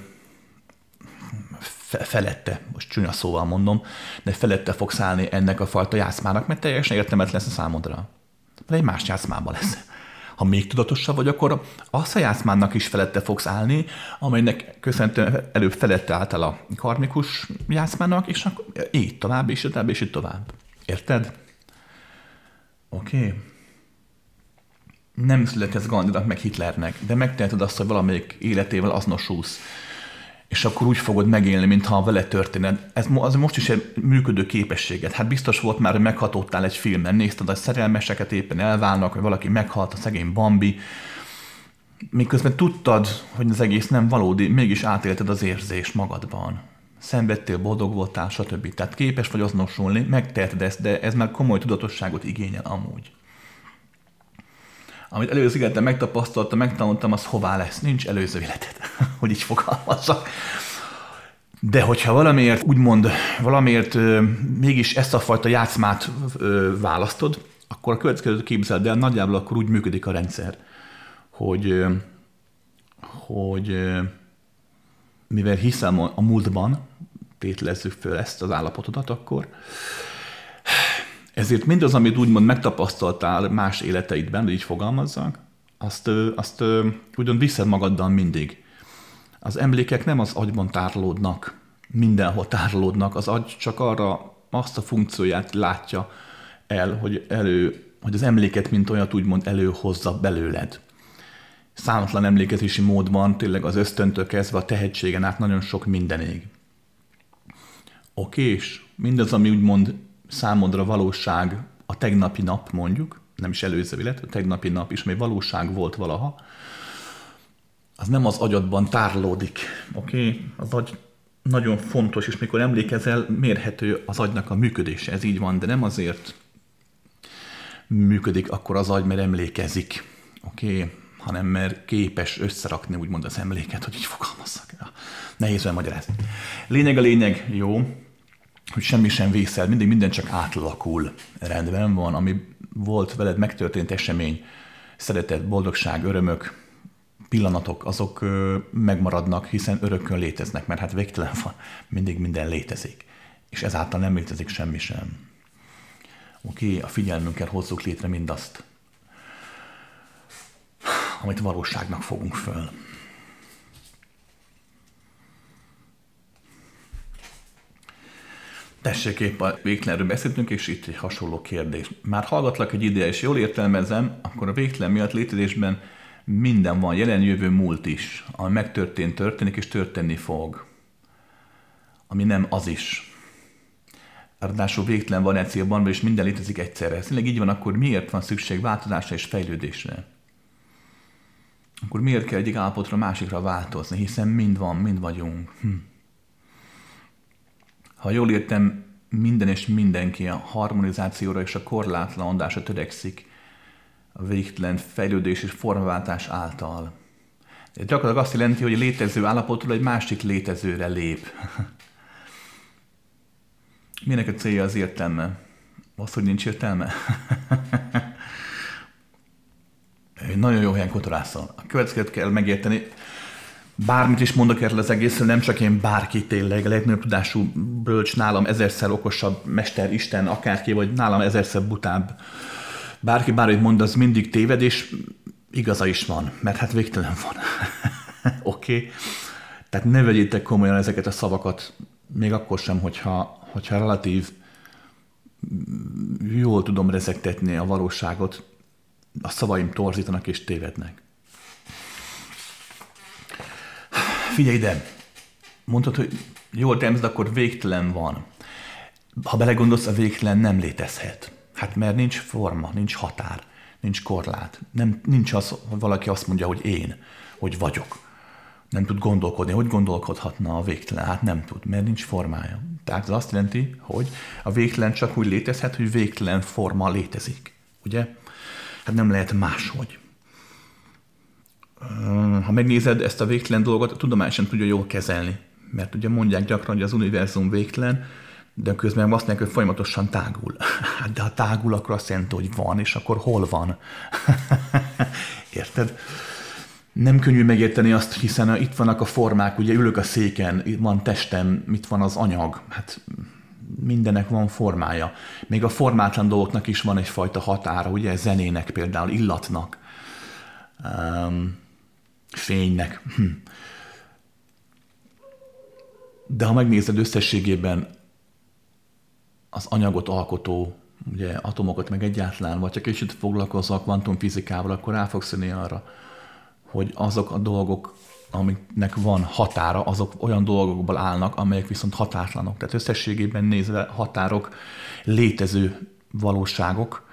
felette, most csúnya szóval mondom, de felette fogsz állni ennek a fajta játszmának, mert teljesen értelmetlen lesz a számodra. Mert egy más játszmában lesz. Ha még tudatosabb vagy, akkor azt a játszmának is felette fogsz állni, amelynek köszönhetően előbb felette álltál a karmikus játszmának, és akkor így tovább, és tovább, és így tovább. Érted? Oké? Nem születesz Gandhinak meg Hitlernek, de megteheted azt, hogy valamelyik életével azonosulsz. És akkor úgy fogod megélni, mintha vele történne. Az most is egy működő képességet. Hát biztos volt már, hogy meghatódtál egy filmben, nézted, hogy szerelmeseket éppen elválnak, hogy valaki meghalt, a szegény Bambi. Miközben tudtad, hogy az egész nem valódi, mégis átélted az érzést magadban. Szenvedtél, boldog voltál, stb. Tehát képes vagy azonosulni, megteheted ezt, de ez már komoly tudatosságot igényel amúgy. Amit előző életben megtapasztaltam, megtanultam, az hová lesz. Nincs előző életed, hogy így fogalmazzak. De hogyha valamiért mégis ezt a fajta játszmát választod, akkor a következőt képzeld el, nagyjából akkor úgy működik a rendszer, hogy mivel hiszem a múltban, tételezzük föl ezt az állapotodat akkor, ezért mindaz, amit úgymond megtapasztaltál más életeidben, hogy így fogalmazzak, azt ugyan viszed magaddal mindig. Az emlékek nem az agyban tárolódnak, mindenhol tárolódnak, az agy csak arra azt a funkcióját látja el, hogy az emléket, mint olyat úgymond előhozza belőled. Számotlan emlékezési módban, tényleg az ösztöntől kezdve a tehetségen át nagyon sok mindenig. Oké, és mindaz, ami úgymond számodra valóság, a tegnapi nap mondjuk, nem is előző élet, a tegnapi nap is, mely valóság volt valaha, az nem az agyadban tárlódik. Oké? Az agy nagyon fontos, és mikor emlékezel, mérhető az agynak a működése. Ez így van, de nem azért működik akkor az agy, mert emlékezik. Oké? Hanem mert képes összerakni úgymond az emléket, hogy így fogalmazzak. Nehéz megmagyarázni. Lényeg a lényeg, jó, hogy semmi sem vészel, mindig minden csak átlakul. Rendben van, ami volt veled megtörtént esemény, szeretet, boldogság, örömök, pillanatok, azok megmaradnak, hiszen örökkön léteznek, mert hát végtelen van, mindig minden létezik. És ezáltal nem létezik semmi sem. Oké, a figyelmünkkel hozzuk létre mindazt, amit valóságnak fogunk föl. Tessék, épp a végtelenről beszéltünk, és itt egy hasonló kérdés. Már hallgatlak egy ideje, és jól értelmezem, akkor a végtelen miatt létezésben minden van, jelen, jövő, múlt is. Ami megtörtént, történik, és történni fog. Ami nem, az is. Ráadásul végtelen variációban, és minden létezik egyszerre. Tényleg így van, akkor miért van szükség változásra és fejlődésre? Akkor miért kell egyik állapotról másikra változni? Hiszen mind van, mind vagyunk. Ha jól értem, minden és mindenki a harmonizációra és a korlátlanodásra törekszik a végtelen fejlődés és formaváltás által. Ez gyakorlatilag azt jelenti, hogy a létező állapotról egy másik létezőre lép. Minek a célja az értelme? Az, hogy nincs értelme? Nagyon jó helyen kotorászol. A következőt kell megérteni. Bármit is mondok erről az egészről, nem csak én, bárki tényleg, a legnagyobb tudású bölcs, nálam ezerszer okosabb mester, Isten, akárki, vagy nálam ezerszer butább. Bárki bárhogy mond, az mindig téved, és igaza is van, mert hát végtelen van. Oké? Tehát ne vegyétek komolyan ezeket a szavakat, még akkor sem, hogyha relatív jól tudom rezegtetni a valóságot, a szavaim torzítanak és tévednek. Figyelj ide! Mondtad, hogy jól termezd, akkor végtelen van. Ha belegondolsz, a végtelen nem létezhet. Hát mert nincs forma, nincs határ, nincs korlát. Nincs az, hogy valaki azt mondja, hogy én, hogy vagyok. Nem tud gondolkodni. Hogy gondolkodhatna a végtelen? Hát nem tud, mert nincs formája. Tehát ez azt jelenti, hogy a végtelen csak úgy létezhet, hogy végtelen forma létezik. Ugye? Hát nem lehet máshogy. Ha megnézed ezt a végtelen dolgot, a tudomány sem tudja jól kezelni. Mert ugye mondják gyakran, hogy az univerzum végtelen, de közben azt mondják, hogy folyamatosan tágul. De ha tágul, akkor azt jelenti, hogy van, és akkor hol van? Érted? Nem könnyű megérteni azt, hiszen itt vannak a formák, ugye ülök a széken, itt van testem, itt van az anyag, hát mindennek van formája. Még a formátlan dolgoknak is van egyfajta határa, ugye zenének például, illatnak, fénynek. De ha megnézed összességében az anyagot alkotó ugye atomokat meg egyáltalán, vagy csak kicsit foglalkozol a kvantumfizikával, akkor rá fogsz jönni arra, hogy azok a dolgok, amiknek van határa, azok olyan dolgokból állnak, amelyek viszont határtlanok. Tehát összességében nézve határok, létező valóságok,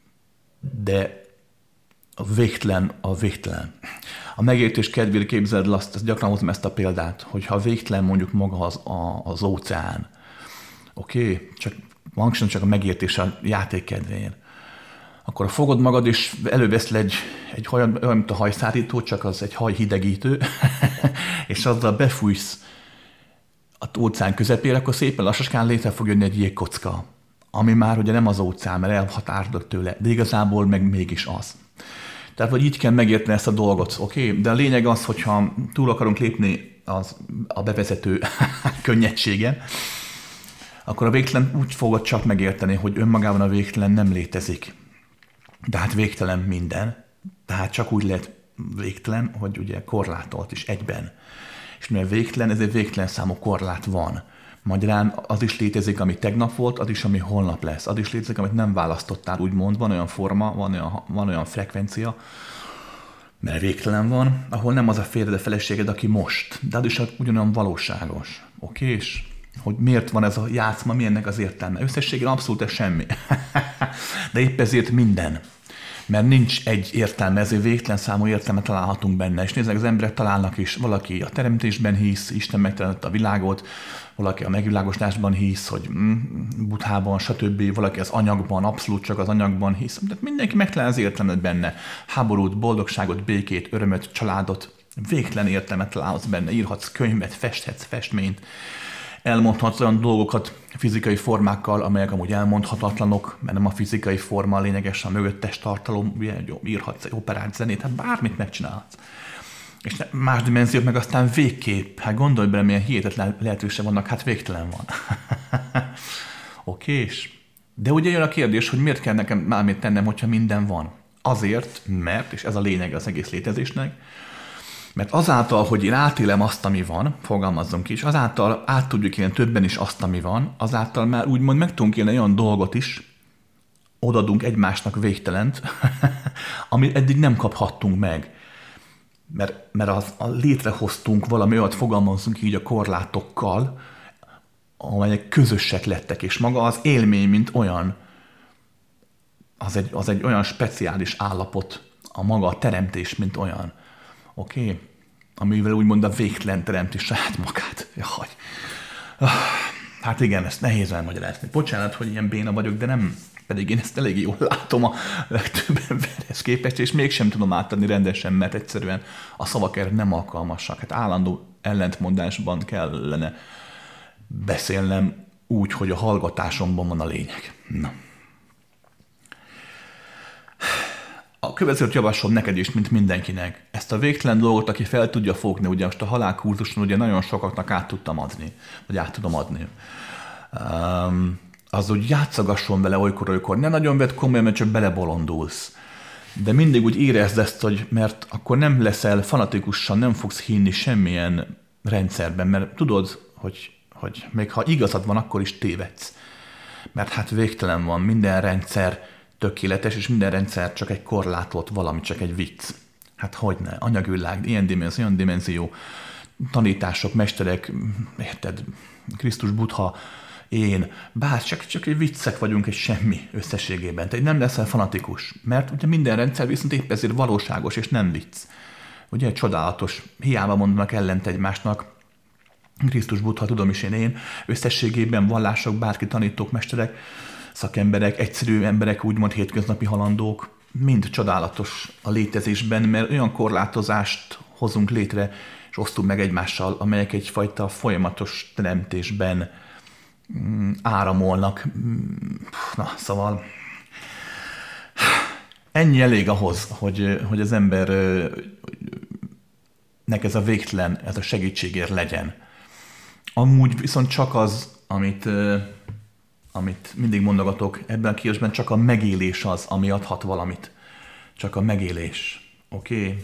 de a végtelen a végtelen. A megértés kedvéért képzeld el azt gyakran hozom ezt a példát, hogyha végtelen mondjuk maga az óceán, oké? Csak hangsúlyom csak a megértés a játék kedvéért. Akkor fogod magad, és előveszel egy olyan, mint a hajszárító, csak az egy hajhidegítő, és azzal befújsz az óceán közepére, akkor szépen lassaskán létre fog jönni egy jégkocka, ami már ugye nem az óceán, mert elhatárolod tőle, de igazából meg mégis az. Tehát, vagy így kell megérteni ezt a dolgot, oké? De a lényeg az, hogyha túl akarunk lépni a bevezető könnyedségen, akkor a végtelen úgy fogod csak megérteni, hogy önmagában a végtelen nem létezik. De hát végtelen minden. Tehát csak úgy lehet végtelen, hogy ugye korlátolt is egyben. És mivel végtelen, ezért végtelen számú korlát van. Magyarán az is létezik, ami tegnap volt, az is, ami holnap lesz. Az is létezik, amit nem választottál, úgymond. Van olyan forma, van olyan frekvencia, mert végtelen van, ahol nem az a férjed, a feleséged, aki most. De az is ugyanolyan valóságos. Oké? És hogy miért van ez a játszma, mi ennek az értelme. Összességében abszolút semmi. De épp ezért minden. Mert nincs egy értelme, ezért végtelen számú értelme találhatunk benne. És nézzük, az emberek találnak is. Valaki a teremtésben hisz, Isten megteremtette a világot, valaki a megvilágosodásban hisz, hogy Buddhában, stb. Valaki az anyagban, abszolút csak az anyagban hisz. De mindenki megtalál az értelmet benne. Háborút, boldogságot, békét, örömöt, családot, végtelen értelmet találhatsz benne. Írhatsz könyvet, festhetsz festményt. Elmondhatsz olyan dolgokat fizikai formákkal, amelyek amúgy elmondhatatlanok, mert nem a fizikai forma a lényeges, a mögöttes tartalom, ugye, írhatsz egy operát, zenét, hát bármit megcsinálhatsz. És más dimenziók meg aztán végképp, hát gondolj bele, milyen hihetetlen lehetőség vannak, hát végtelen van. Okés? De ugye jön a kérdés, hogy miért kell nekem bármit tennem, hogyha minden van? Azért, mert, és ez a lényeg az egész létezésnek, mert azáltal, hogy én átélem azt, ami van, fogalmazzunk ki, és azáltal át tudjuk élni többen is azt, ami van, azáltal már úgymond meg tudunk élni olyan dolgot is, odadunk egymásnak végtelent, amit eddig nem kaphattunk meg. Mert létrehoztunk valami olyat, fogalmazzunk így a korlátokkal, amelyek közösek lettek, és maga az élmény, mint olyan, az egy olyan speciális állapot, a maga a teremtés, mint olyan. Oké? Amivel úgymond a végtelen teremti saját magát. Jaj. Hát igen, ezt nehéz elmagyarázni. Bocsánat, hogy ilyen béna vagyok, de nem, pedig én ezt elég jól látom a legtöbb emberhez képest, és mégsem tudom átadni rendesen, mert egyszerűen a szavak erre nem alkalmasak. Hát állandó ellentmondásban kellene beszélnem úgy, hogy a hallgatásomban van a lényeg. Na. A következőt javaslom neked is, mint mindenkinek. Ezt a végtelen dolgot, aki fel tudja fogni, ugye most a halálkurzuson ugye nagyon sokaknak át tudtam adni, vagy át tudom adni. Az úgy játszagasson vele olykor-olykor. Ne nagyon vedd komolyan, mert csak belebolondulsz. De mindig úgy érezd ezt, hogy mert akkor nem leszel fanatikusan, nem fogsz hinni semmilyen rendszerben, mert tudod, hogy még ha igazad van, akkor is tévedsz. Mert hát végtelen van, minden rendszer tökéletes, és minden rendszer csak egy korlátolt valami, csak egy vicc. Hát hogyne, anyagvilág, ilyen dimenzió, olyan dimenzió, tanítások, mesterek, érted, Krisztus, Buddha, én, bár csak egy viccek vagyunk, egy semmi összességében. Tehát nem leszel fanatikus, mert ugye minden rendszer viszont épp ezért valóságos, és nem vicc. Ugye csodálatos, hiába mondanak ellent egymásnak, Krisztus, Buddha, tudom is én, összességében vallások, bárki tanítók, mesterek, szakemberek, egyszerű emberek, úgymond hétköznapi halandók, mind csodálatos a létezésben, mert olyan korlátozást hozunk létre, és osztunk meg egymással, amelyek egyfajta folyamatos teremtésben áramolnak. Na, szóval ennyi elég ahhoz, hogy az embernek ez a végtelen, ez a segítségért legyen. Amúgy viszont csak az, amit mindig mondogatok, ebben a kérdésben csak a megélés az, ami adhat valamit. Csak a megélés. Oké?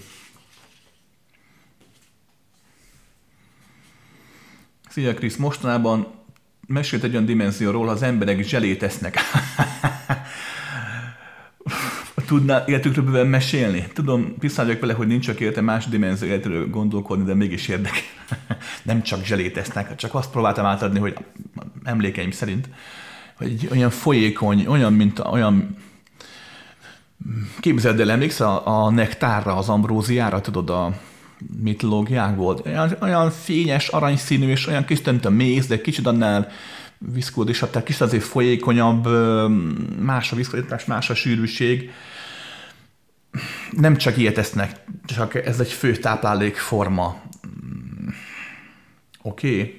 Szia Krisz, mostanában mesélt egy olyan dimenzióról, az emberek zselét esznek. Tudnál életükről bőven mesélni? Tudom, tisztán vagyok vele, hogy nincs csak érte más dimenzió életről gondolkodni, de mégis érdekel. Nem csak zselét esznek, csak azt próbáltam átadni, hogy emlékeim szerint, hogy olyan folyékony, olyan képzeld el, emlékszel a nektárra, az ambróziára, tudod, a mitológiákból. Olyan fényes, aranyszínű, és olyan kis, mint a méz, de kicsit annál viszkódisabb, tehát kicsit azért folyékonyabb, más a viszkódítás, más a sűrűség. Nem csak ilyet esznek, csak ez egy fő táplálékforma. Oké.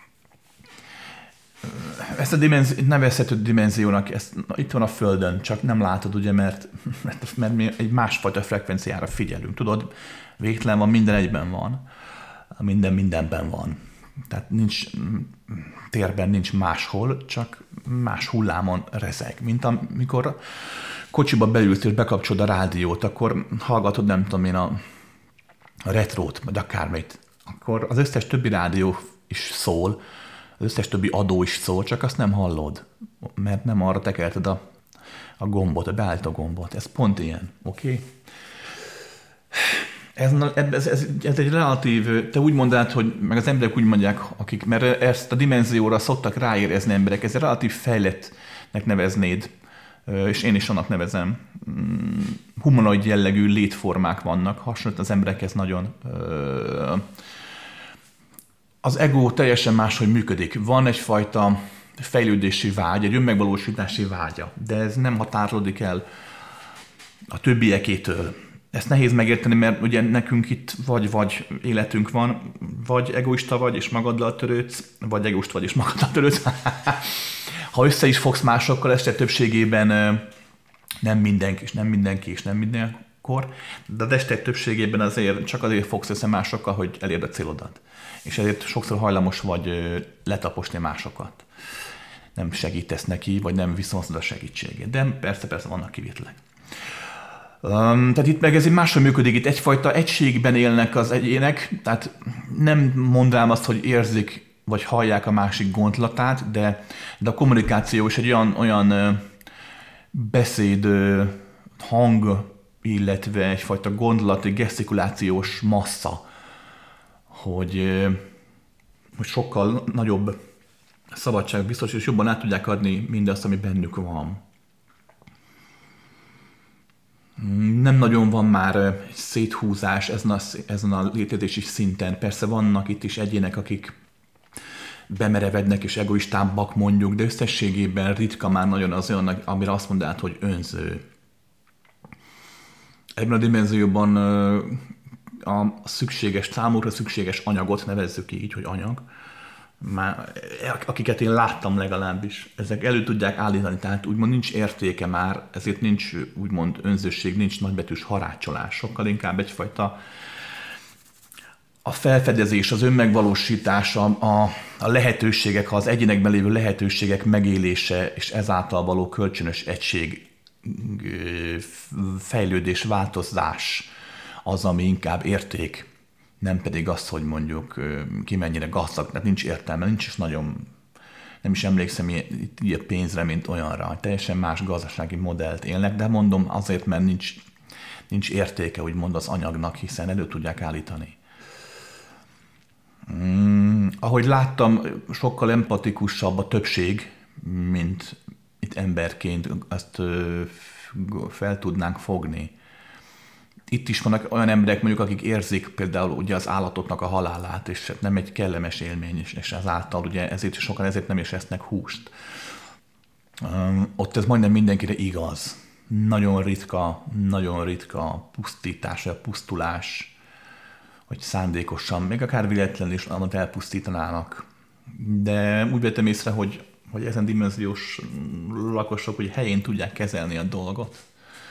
Ezt a nevezhető dimenziónak, itt van a Földön, csak nem látod, ugye, mert mi egy másfajta frekvenciára figyelünk. Tudod, végtelen van, minden egyben van. Minden mindenben van. Tehát nincs térben, nincs máshol, csak más hullámon rezeg. Mint amikor kocsiba beülsz és bekapcsolod a rádiót, akkor hallgatod, nem tudom én, a retrót, vagy akármit. Akkor az összes többi rádió is szól, az összes többi adó is szól, csak azt nem hallod, mert nem arra tekerted a gombot, a beállító gombot. Ez pont ilyen, oké? Ez egy relatív, te úgy mondanád, hogy meg az emberek úgy mondják, akik, mert ezt a dimenzióra szoktak ráérezni emberek, ez egy relatív fejlettnek neveznéd, és én is annak nevezem. Humanoid jellegű létformák vannak, hasonlít az emberekhez nagyon. Az ego teljesen máshogy működik. Van egyfajta fejlődési vágy, egy önmegvalósítási vágya, de ez nem határolódik el a többiekétől. Ezt nehéz megérteni, mert ugye nekünk itt vagy életünk van, vagy egoista vagy, és magaddal törődsz, vagy egoist vagy, és magaddal törődsz. Ha össze is fogsz másokkal, este többségében nem mindenki, és nem mindenkor, de az este többségében azért csak azért fogsz össze másokkal, hogy elérd a célodat. És ezért sokszor hajlamos vagy letaposni másokat. Nem segítesz neki, vagy nem viszonzod a segítségét. De persze vannak kivételek. Tehát itt meg ez máshogy működik, itt egyfajta egységben élnek az egyének, tehát nem mondanám azt, hogy érzik, vagy hallják a másik gondolatát, de a kommunikáció is egy olyan beszéd, hang, illetve egyfajta gondolati, gesztikulációs massza, hogy sokkal nagyobb szabadság biztos, és jobban át tudják adni mindazt, ami bennük van. Nem nagyon van már egy széthúzás ezen a létezési szinten. Persze vannak itt is egyének, akik bemerevednek és egoistábbak mondjuk, de összességében ritka már nagyon az olyan, amire azt mondanád, hogy önző. Ebben a dimenzióban a számukra szükséges anyagot, nevezzük így, hogy anyag, már, akiket én láttam legalábbis, ezek elő tudják állítani, tehát úgymond nincs értéke már, ezért nincs úgymond önzőség, nincs nagybetűs harácsolás, sokkal inkább egyfajta a felfedezés, az önmegvalósítás, a lehetőségek, az egyénekben lévő lehetőségek megélése, és ezáltal való kölcsönös egység, fejlődés, változás az, ami inkább érték, nem pedig az, hogy mondjuk ki mennyire gazdag, mert nincs értelme, nincs is nagyon, nem is emlékszem ilyen pénzre, mint olyanra. Teljesen más gazdasági modellt élnek, de mondom azért, mert nincs értéke, úgymond az anyagnak, hiszen elő tudják állítani. Ahogy láttam, sokkal empatikusabb a többség, mint itt emberként ezt fel tudnánk fogni. Itt is vannak olyan emberek, mondjuk, akik érzik például ugye az állatoknak a halálát, és nem egy kellemes élmény, és ezáltal ugye sokan ezért nem is esznek húst. Ott ez majdnem mindenkire igaz. Nagyon ritka pusztítás, vagy pusztulás, hogy szándékosan, még akár véletlenül is amit elpusztítanának. De úgy vettem észre, hogy ezen dimenziós lakosok hogy helyén tudják kezelni a dolgot.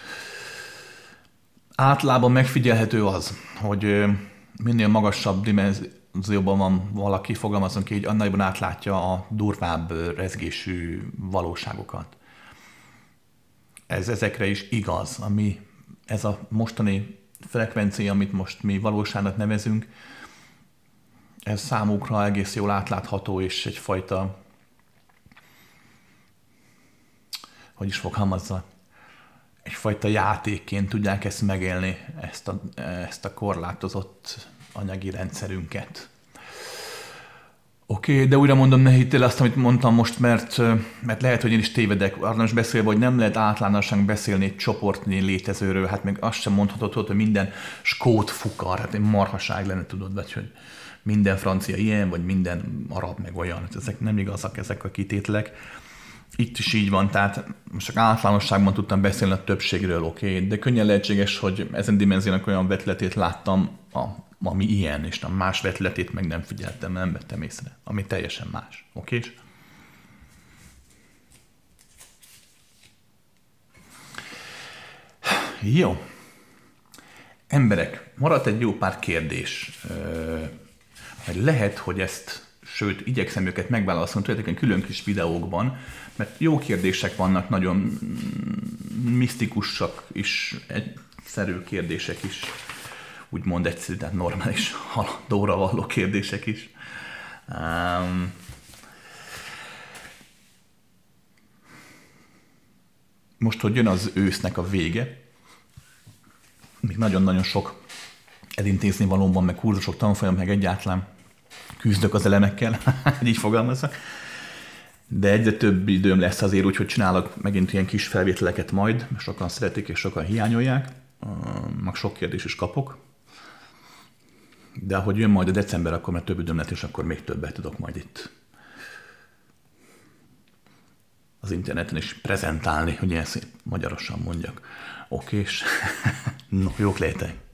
Általában megfigyelhető az, hogy minél magasabb dimenzióban van valaki, fogalmazunk ki, hogy annál jobban átlátja a durvább rezgésű valóságokat. Ez ezekre is igaz. Ez a mostani frekvencia, amit most mi valóságnak nevezünk, ez számukra egész jól átlátható, és egyfajta, hogy is fogalmazza, egyfajta játékként tudják ezt megélni, ezt a korlátozott anyagi rendszerünket. Oké, de újra mondom, ne hittél azt, amit mondtam most, mert lehet, hogy én is tévedek. Arra most beszélve, hogy nem lehet általánosan beszélni egy csoportnyi létezőről, hát még azt sem mondhatod, hogy minden skót fukar, hát egy marhaság lenne, tudod, vagy hogy minden francia ilyen, vagy minden arab meg olyan. Ezek nem igazak, ezek a kitételek. Itt is így van, tehát most csak általánosságban tudtam beszélni a többségről, oké, de könnyen lehetséges, hogy ezen dimenziónak olyan vetületét láttam, ami ilyen, és a más vetületét meg nem figyeltem, nem vettem észre, ami teljesen más, oké? Jó. Emberek, maradt egy jó pár kérdés. Lehet, hogy sőt, igyekszem őket megválaszolni tulajdonképpen külön kis videókban, mert jó kérdések vannak, nagyon misztikusak is, egyszerű kérdések is, úgymond egyszerű, tehát normális haladóra való kérdések is. Most, hogy jön az ősznek a vége, még nagyon-nagyon sok elintézni valóban, meg kurzusok, tanfolyam, meg egyáltalán küzdök az elemekkel, így fogalmazva. De egyre több időm lesz azért úgy, hogy csinálok megint ilyen kis felvételeket majd, sokan szeretik és sokan hiányolják, meg sok kérdés is kapok. De ahogy jön majd a december, akkor már több időm lett, és akkor még többet tudok majd itt az interneten is prezentálni, hogy ilyen szép magyarosan mondjak. Oké, és no, jók létek!